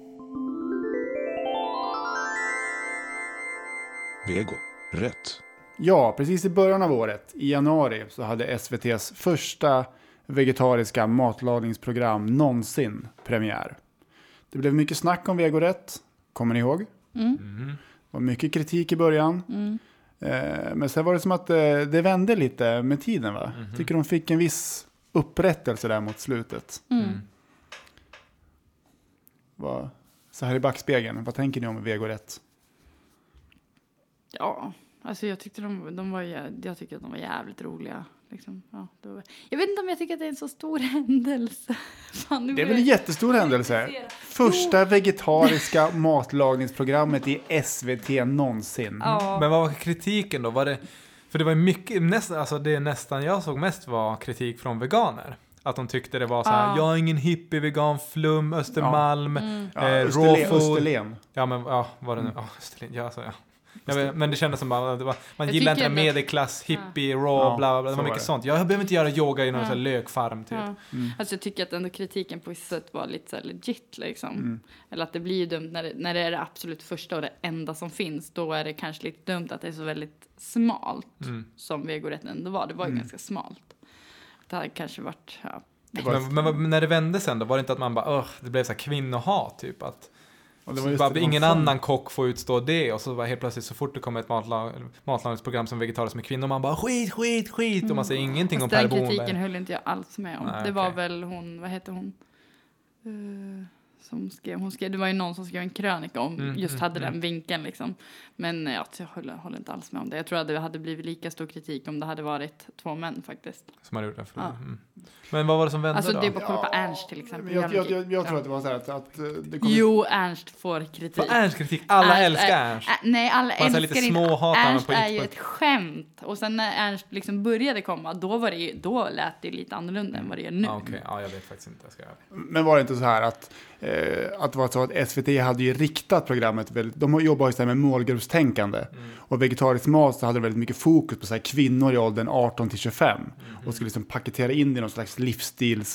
Vego. Rätt. Ja, precis i början av året, i januari, så hade SVT:s första vegetariska matlagningsprogram någonsin premiär. Det blev mycket snack om vegorätt, kommer ni ihåg? Det var mycket kritik i början. Men sen var det som att det vände lite med tiden, va? Tycker de fick en viss upprättelse där mot slutet. Så här i backspegeln, vad tänker ni om vegorätt? Ja, alltså jag tyckte jag tycker att de var jävligt roliga. Liksom. Ja, jag vet inte om jag tycker att det är en så stor händelse. Fan, Det är väl en jättestor händelse. Första vegetariska matlagningsprogrammet i SVT någonsin. Ja. Men vad var kritiken då? Var det, för det var mycket, det nästan jag såg mest var kritik från veganer. Att de tyckte det var så här, jag är ingen hippie, vegan, flum, Östermalm, raw food. Österlen. Ja, men var det nu? Österlen, ja, så ja. Men det kändes som bara, man gillar inte medelklass, hippie, raw, bla bla bla. Det var mycket sånt. Jag behöver inte göra yoga i någon sån här lökfarm typ. Ja. Alltså jag tycker att ändå kritiken på vissa sätt var lite så här legit liksom. Eller att det blir ju dumt när det är det absolut första och det enda som finns. Då är det kanske lite dumt att det är så väldigt smalt som vegorätten ändå var. Det var ju ganska smalt. Det hade kanske varit, Men när det vände sen då, var det inte att man bara, det blev så här kvinnohat typ att Och det var just bara, det, ingen annan kock får utstå det. Och så var helt plötsligt så fort det kommer ett matlagningsprogram som vegetariskt med kvinnor, man bara skit. Och man säger ingenting om Per den Bohnberg. kritiken höll inte jag alls med om. Nej, det var okej. väl hon, vad heter hon? Som skrev, det var ju någon som skrev en krönika om hade den vinkeln liksom. Men jag håller inte alls med om det. Jag tror att det hade blivit lika stor kritik om det hade varit 2 män faktiskt. Som hade gjort det för Men vad var det som vände Alltså då? det är bara att kolla på Ernst till exempel. Jag tror att det var så här att det kom... Jo, Ernst får kritik. För Ernst kritik, alla älskar Ernst. Nej, alla Man älskar lite inte. småhatar Ernst på är ju internet. ett skämt. Och sen när Ernst liksom började komma, då lät det lite annorlunda än vad det gör nu. Okej, jag vet faktiskt inte. Jag ska göra. Men var det inte så här att det var så att SVT hade ju riktat programmet väldigt, de jobbar ju så här med målgruppstänkande och vegetarisk mat så hade det väldigt mycket fokus på så här kvinnor i åldern 18 till 25 och skulle liksom paketera in det i någon slags livsstils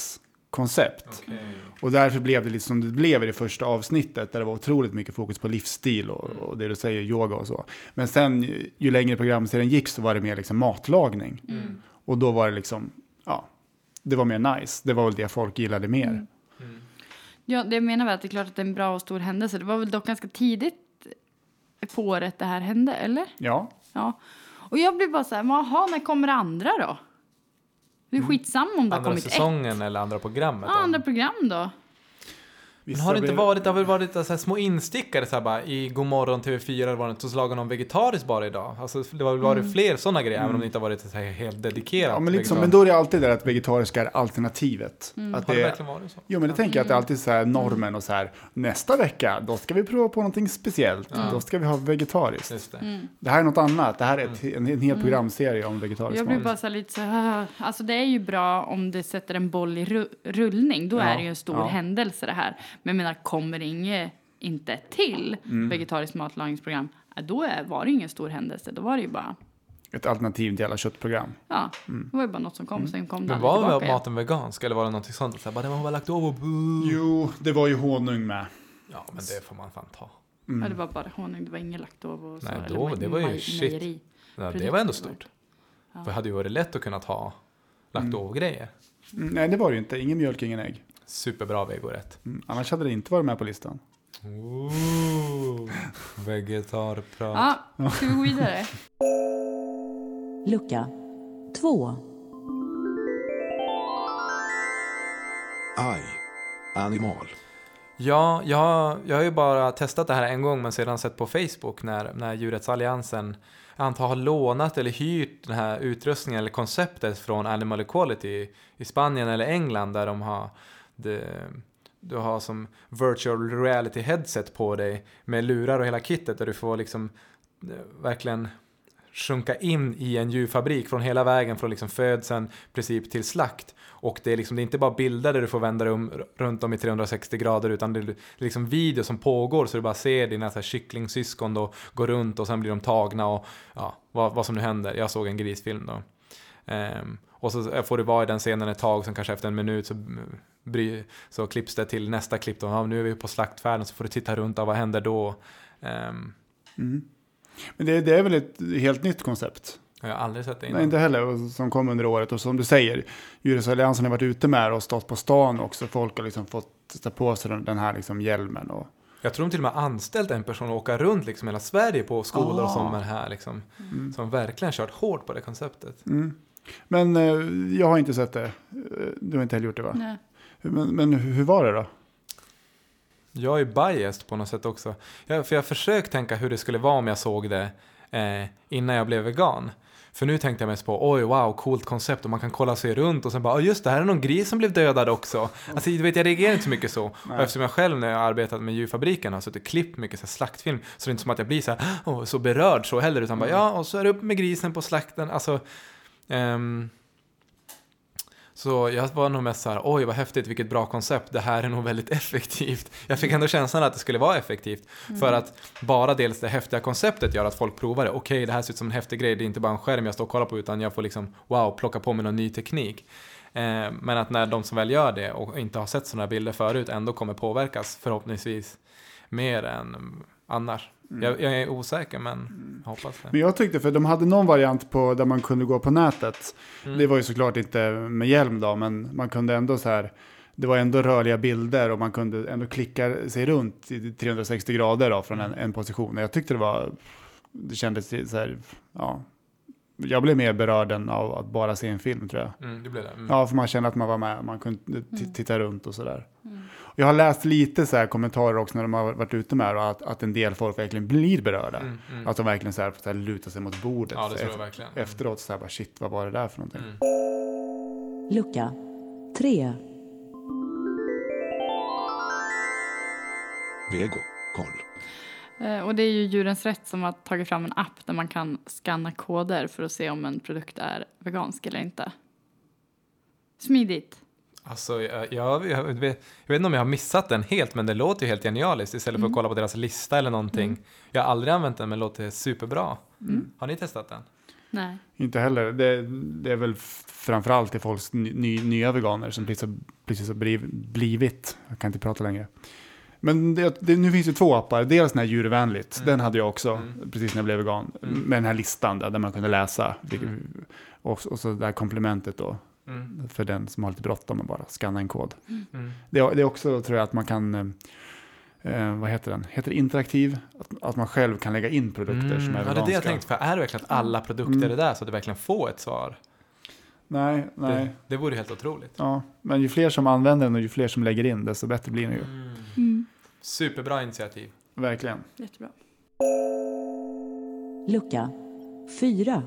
koncept. Okej. Och därför blev det lite som det blev i det första avsnittet, där det var otroligt mycket fokus på livsstil och det du säger, yoga och så. Men sen ju längre programserien gick så var det mer liksom matlagning. Och då var det liksom, det var mer nice. Det var väl det folk gillade mer. Ja, det menar väl att det är klart att det är en bra och stor händelse. Det var väl dock ganska tidigt på året det här hände, eller? Ja. Ja. Och jag blir bara så här, när kommer det andra då? Det är skitsamma om det har Andra kommit säsongen eller andra programmet? Ja, andra program då. Men har det inte varit, det har väl varit så här små instickare så här bara, i Godmorgon TV4 var det inte så någon vegetariskt bara idag. Alltså det har väl varit fler sådana grejer, även om det inte har varit så här helt dedikerat. Ja, men, liksom, men då är det alltid det att vegetariska är alternativet. Att Har det verkligen varit så? Jo, men det tänker jag att det är alltid så här normen och så här, nästa vecka, då ska vi prova på någonting speciellt. Då ska vi ha vegetariskt. Just det. Det här är något annat. Det här är en hel programserie om vegetarisk Jag blir mat. bara så här lite så här, alltså det är ju bra om det sätter en boll i rullning. Då är det ju en stor händelse det här. Men jag menar, kommer det inte till vegetariskt matlagningsprogram, då var det ingen stor händelse. Då var det ju bara Ett alternativ till alla köttprogram. det var ju bara något som kom. Sen kom det Men aldrig var tillbaka maten vegansk eller var det något sånt? Så här, bara, det var bara lagt över. Jo, det var ju honung med. Ja, men det får man fan ta. Ja, det var bara honung, det var ingen laktover och så. Nej, eller då, det var ju shit. mejeri. Ja, det var ändå stort. För det hade ju varit lätt att kunna ta lagt över grejer. Nej, det var det ju inte. Ingen mjölk, ingen ägg. Superbra vegorätt. Annars hade det inte varit med på listan. Vegetarprat. Ja, ska vi gå vidare? Lucka 2. Aj. Animal. Ja, jag har ju bara testat det här en gång men sedan sett på Facebook när Djurrättsalliansen har lånat eller hyrt den här utrustningen eller konceptet från Animal Equality i Spanien eller England där de har du har som virtual reality headset på dig med lurar och hela kittet där du får liksom verkligen sjunka in i en djurfabrik från hela vägen från liksom födseln princip till slakt. Och det är inte bara bilder där du får vända runt om i 360 grader utan det är liksom video som pågår så du bara ser dina så här kycklingsyskon då gå runt och sen blir de tagna och vad som nu händer. Jag såg en grisfilm då. Och så får du vara i den scenen ett tag, sen kanske efter en minut så klipps det till nästa klipp då. Nu är vi på slaktfärden så får du titta runt vad händer då. Men det är väl ett helt nytt koncept. Jag har aldrig sett det innan. Nej, inte heller. Och som kom under året. Och som du säger, Djurrättsalliansen har varit ute med och stått på stan också. Folk har liksom fått ta på sig den här liksom hjälmen. Och Jag tror de till och med anställt en person att åka runt liksom hela Sverige på skolor och sommar här. Liksom, som verkligen kört hårt på det konceptet. Men jag har inte sett det. Du har inte heller gjort det, va? Nej. Men hur var det då? Jag är biased på något sätt också. För jag försökt tänka hur det skulle vara om jag såg det innan jag blev vegan. För nu tänkte jag mest på, oj wow, coolt koncept och man kan kolla sig runt och sen bara, just det här är någon gris som blev dödad också. Alltså du vet, jag reagerar inte så mycket så. Och eftersom jag själv när jag arbetat med djurfabriken har suttit klippt mycket så här slaktfilm så det är inte som att jag blir så här, så berörd så heller utan bara, och så är det upp med grisen på slakten. Alltså, så jag var nog mest så här, oj vad häftigt, vilket bra koncept, det här är nog väldigt effektivt. Jag fick ändå känslan att det skulle vara effektivt. För att bara dels det häftiga konceptet gör att folk provar det. Okej, det här ser ut som en häftig grej, det är inte bara en skärm jag står och kollar på utan jag får liksom, plocka på mig någon ny teknik. Men att när de som väl gör det och inte har sett sådana bilder förut ändå kommer påverkas förhoppningsvis mer än annars. Jag är osäker men jag hoppas det. Men jag tyckte, för de hade någon variant på där man kunde gå på nätet. Det var ju såklart inte med hjälm då, men man kunde ändå så här, det var ändå rörliga bilder och man kunde ändå klicka sig runt i 360 grader då, från en position. Jag tyckte det kändes så här, jag blev mer berörd än av att bara se en film, tror jag. Det blev det. Ja, för man kände att man var med, man kunde titta runt och sådär. Jag har läst lite så här kommentarer också när de har varit ute med det, att en del folk verkligen blir berörda. Att de verkligen så här lutar sig mot bordet. Ja, det tror jag verkligen. Efteråt så här bara, shit, vad var det där för någonting? Lucka 3. Vegokoll. Och det är ju Djurens Rätt som har tagit fram en app där man kan scanna koder för att se om en produkt är vegansk eller inte. Smidigt. Alltså, jag vet inte om jag har missat den helt, men det låter ju helt genialiskt istället för att kolla på deras lista eller någonting. Jag har aldrig använt den, men det låter superbra. Har ni testat den? Nej. Inte heller. Det är väl framförallt till folks nya veganer som precis har blivit. Jag kan inte prata längre. Men nu finns det 2 appar. Dels den här djurvänligt. Den hade jag också precis när jag blev vegan. Med den här listan där man kunde läsa. Och så det här komplementet då. För den som har lite bråttom och bara skanna en kod. Det är också, tror jag, att man kan... vad heter den? Heter det interaktiv? Att man själv kan lägga in produkter som är veganska. Ja, det är det jag tänkte. För är det verkligen att alla produkter är där så att du verkligen får ett svar? Nej. Det vore helt otroligt. Ja, men ju fler som använder den och ju fler som lägger in, desto bättre blir det ju. Superbra initiativ. Verkligen. Jättebra. Lucka 4.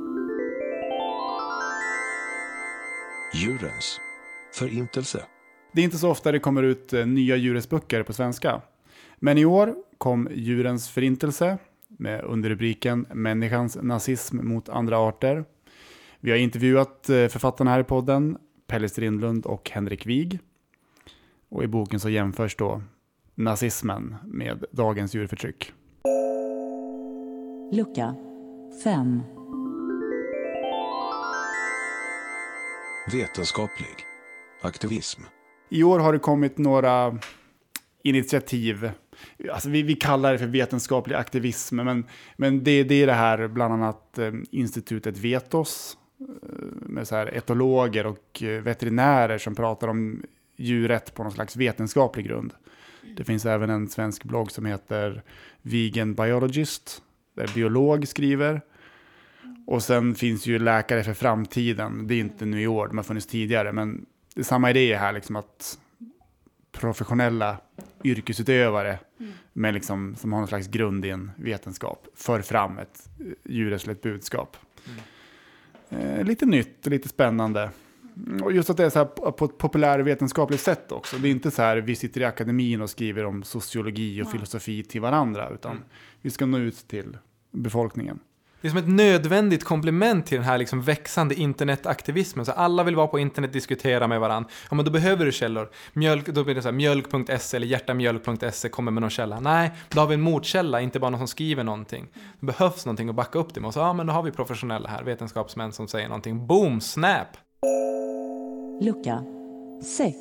Djurens förintelse. Det är inte så ofta det kommer ut nya djurrättsböcker på svenska. Men i år kom Djurens förintelse med underrubriken Människans nazism mot andra arter. Vi har intervjuat författarna här i podden, Pelle Strindlund och Henrik Wig. Och i boken så jämförs då nazismen med dagens djurförtryck. Lucka 5. Vetenskaplig aktivism. I år har det kommit några initiativ. Alltså vi kallar det för vetenskaplig aktivism, men det är det här bland annat institutet Vetos med så här etologer och veterinärer som pratar om djurrätt på någon slags vetenskaplig grund. Det finns även en svensk blogg som heter Vegan Biologist där biolog skriver. Och sen finns ju Läkare för framtiden. Det är inte nu i år, de har funnits tidigare, men det är samma idé här liksom, att professionella yrkesutövare med liksom, som har någon slags grund i en vetenskap för fram ett djurrättsligt budskap. Lite nytt och lite spännande. Och just att det är så här på ett populärvetenskapligt sätt också. Det är inte så här vi sitter i akademin och skriver om sociologi och filosofi till varandra, utan vi ska nå ut till befolkningen. Det är som ett nödvändigt komplement till den här liksom växande internetaktivismen. Så alla vill vara på internet, diskutera med varandra. Ja, men då behöver du källor. Då blir det så här, mjölk.se eller hjärtamjölk.se kommer med någon källa. Nej, då har vi en motkälla, inte bara någon som skriver någonting. Det behövs någonting att backa upp det med. Och så, ja, men då har vi professionella här, vetenskapsmän som säger någonting. Boom, snap! Lucka 6.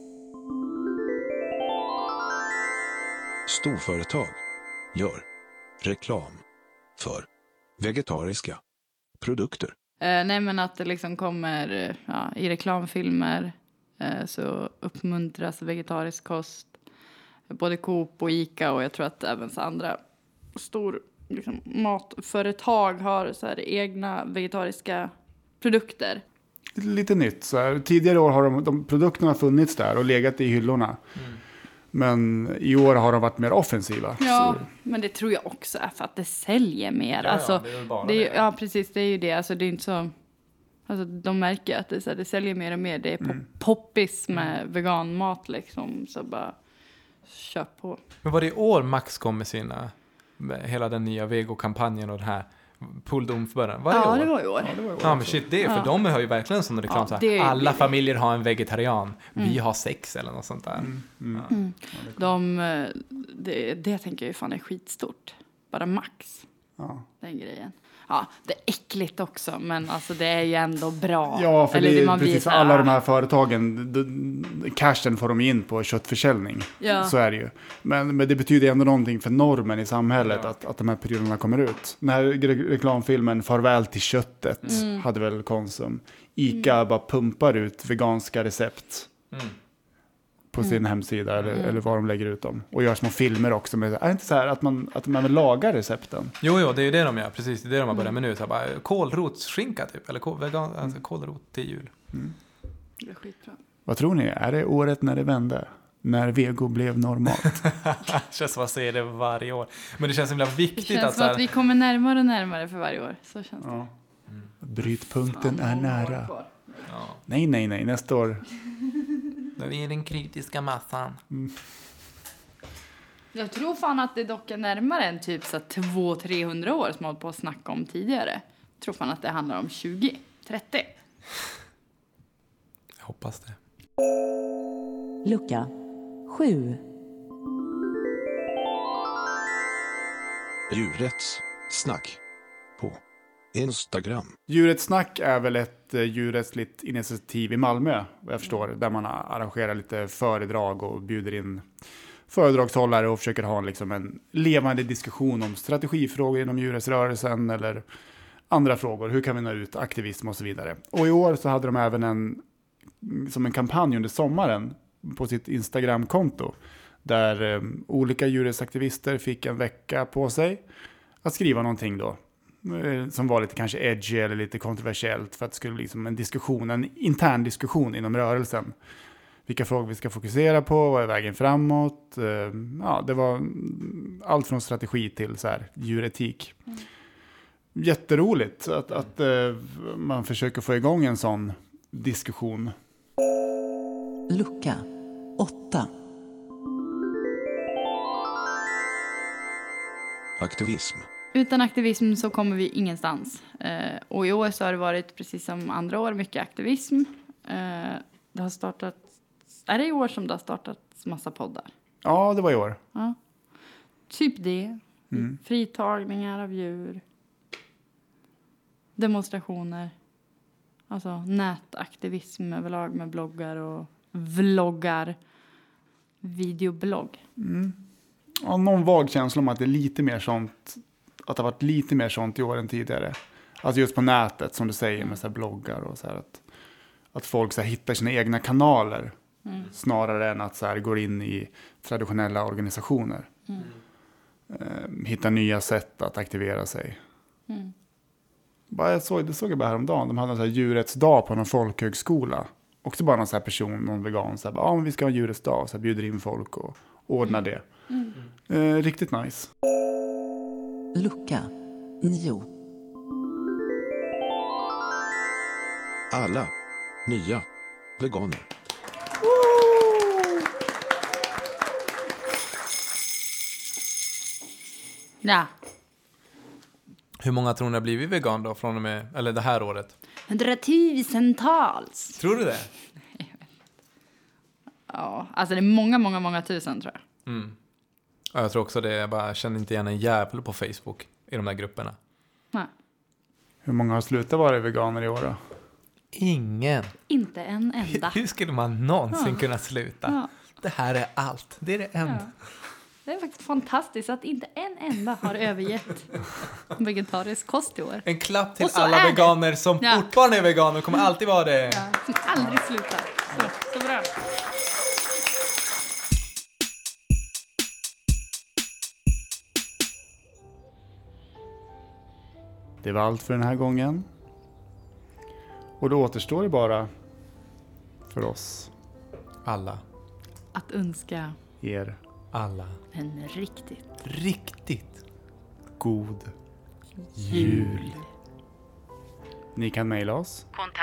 Storföretag gör reklam för vegetariska produkter. Nej, men att det liksom kommer i reklamfilmer så uppmuntras vegetarisk kost. Både Coop och Ica, och jag tror att även så andra stor liksom, matföretag har så här egna vegetariska produkter. Lite nytt. Så här. Tidigare år har de produkterna funnits där och legat i hyllorna. Men i år har de varit mer offensiva. Ja, men det tror jag också är för att det säljer mer. Ja, alltså, det är väl bara det. det. Ja, precis. Det är ju det. Alltså, det är inte så... Alltså, de märker att det säljer mer och mer. Det är poppis med veganmat liksom. Så bara köp på. Men var det i år Max kom med hela den nya vegokampanjen och den här pulled om-början? Var det i år? Det var i år. Ja, men shit, det är för de har ju verkligen sån reklam så här, alla familjer har en vegetarian. Vi har 6 eller något sånt där. Det tänker jag ju fan är skitstort. Bara Max. Ja. Den grejen. Ja, det är äckligt också, men alltså det är ju ändå bra. Ja, för eller det är man precis blir alla de här företagen, cashen får de in på köttförsäljning. Ja. Så är det ju. Men det betyder ändå någonting för normen i samhället att de här perioderna kommer ut. Den här reklamfilmen Farväl till köttet hade väl Konsum. Ica bara pumpar ut veganska recept på sin hemsida eller var de lägger ut dem. Och gör små filmer också. Med, är det inte så här att man vill laga recepten? Jo, det är ju det de gör. Precis, det är det de har börjat med nu. Så här, bara, kålrotsskinka typ. Eller kålrot till jul. Det är skitbra. Vad tror ni? Är det året när det vände? När vego blev normalt? Det känns som att säga det varje år. Men det känns himla viktigt Det känns som att vi kommer närmare och närmare för varje år. Så känns det. Ja. Brytpunkten är nära. Ja. Nej. Nästa år. Vi är den kritiska massan. Jag tror fan att det dock är närmare än typ 200-300 år som man hållit på att snacka om tidigare. Jag tror fan att det handlar om 20-30. Jag hoppas det. Lucka 7. Djurrätts snack på Instagram. Djurets snack är väl ett djurrättsligt initiativ i Malmö, vad jag förstår, där man arrangerar lite föredrag och bjuder in föredragshållare och försöker ha liksom en levande diskussion om strategifrågor inom djurrättsrörelsen eller andra frågor. Hur kan vi nå ut aktivism och så vidare. Och i år så hade de även som en kampanj under sommaren på sitt Instagram-konto där olika djurrättsaktivister fick en vecka på sig att skriva någonting då som var lite kanske edgy eller lite kontroversiellt för att det skulle liksom en intern diskussion inom rörelsen. Vilka frågor vi ska fokusera på, vad är vägen framåt? Ja, det var allt från strategi till så här djuretik. Jätteroligt att man försöker få igång en sån diskussion. Lucka 8. Aktivism. Utan aktivism så kommer vi ingenstans. Och i år så har det varit, precis som andra år, mycket aktivism. Det har startat... Är det i år som det har startats massa poddar? Ja, det var i år. Ja. Typ det. Fritagningar av djur. Demonstrationer. Alltså nätaktivism överlag med bloggar och vloggar. Videoblogg. Ja, någon vag känsla om att det är lite mer sånt, att det har varit lite mer sånt i år än tidigare. Alltså just på nätet som du säger med så här bloggar och så här att folk så här hittar sina egna kanaler snarare än att så här går in i traditionella organisationer. Hitta nya sätt att aktivera sig. Det såg jag bara häromdagen. De hade en så här djurrättsdag på någon folkhögskola. Också bara någon så här person, någon vegan. Så här, men vi ska ha en djurrättsdag. Så här, bjuder in folk och ordnar det. Riktigt nice. Lucka 9. Alla nya veganer. Ja. Hur många tror ni har blivit vegan då från och med, eller det här året? 100-tusentals. Tror du det? Ja, alltså det är många, många, många tusen tror jag. Ja, jag tror också det. Jag bara känner inte igen en jävel på Facebook i de där grupperna. Nej. Hur många har slutat vara veganer i år då? Ingen. Inte en enda. Hur skulle man någonsin kunna sluta? Ja. Det här är allt. Det är det enda. Ja. Det är faktiskt fantastiskt att inte en enda har övergett vegetarisk kost i år. En klapp till Och så alla är det. veganer som fortfarande är veganer. Kommer alltid vara det. Ja, som aldrig slutar. Så bra. Det var allt för den här gången. Och då återstår det bara för oss. Alla. Att önska Er Alla. en Riktigt. god jul. Ni kan mejla oss.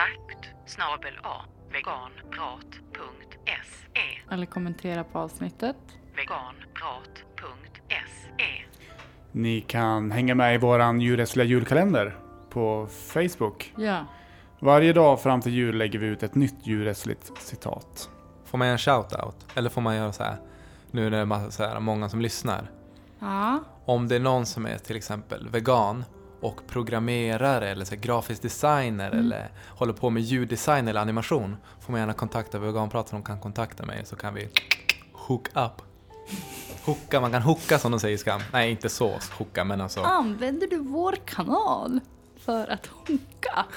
kontakt@veganprat.se eller kommentera på avsnittet. veganprat.se. Ni kan hänga med i våran djurrättsliga julkalender på Facebook. Ja. Varje dag fram till jul lägger vi ut ett nytt djurrättsligt citat. Får man göra en shoutout? Eller får man göra så här? Nu när det är så här, många som lyssnar. Ja. Om det är någon som är till exempel vegan och programmerare eller så här, grafisk designer eller håller på med ljuddesign eller animation, får man gärna kontakta Veganprat så de kan kontakta mig så kan vi hook up. Hooka, man kan hooka som de säger i Skam. Nej, inte så hooka, men alltså. Använder du vår kanal för att hooka?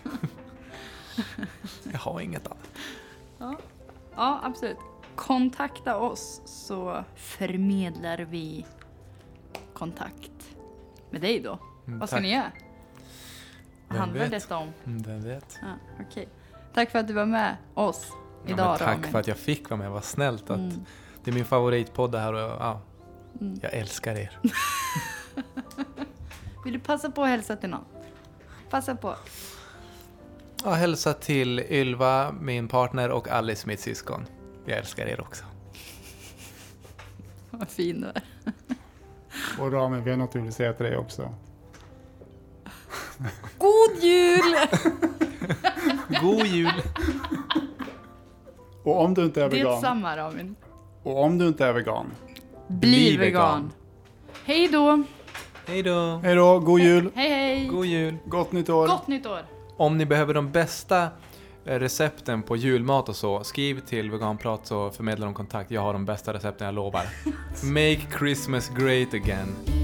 Jag har inget annat. Ja, absolut. Kontakta oss så förmedlar vi kontakt med dig då. Vad ska tack. ni göra? Vad Vem handlar vet? detta om? Vem vet? Ja, okej. Tack för att du var med oss idag, men tack Ramin. för att jag fick vara med. Vad snällt att det är min favoritpodd det här och jag älskar er. Vill du passa på att hälsa till någon? Passa på. Ja, hälsa till Ylva, min partner, och Alice, mitt syskon. Jag älskar er också. Vad fin du är. Och Ramen, vi har något vi vill säga till dig också. God jul! God jul! Och om du inte är Det är vegan. samma, Ramin. Och om du inte är vegan. Bli vegan. Hej då! Hej då! Hej då, god jul! Hej, hej! Hej. God jul. Gott nytt år. Gott nytt år. Om ni behöver de bästa recepten på julmat och så, skriv till Veganprat så förmedlar de kontakt. Jag har de bästa recepten, jag lovar. Make Christmas great again.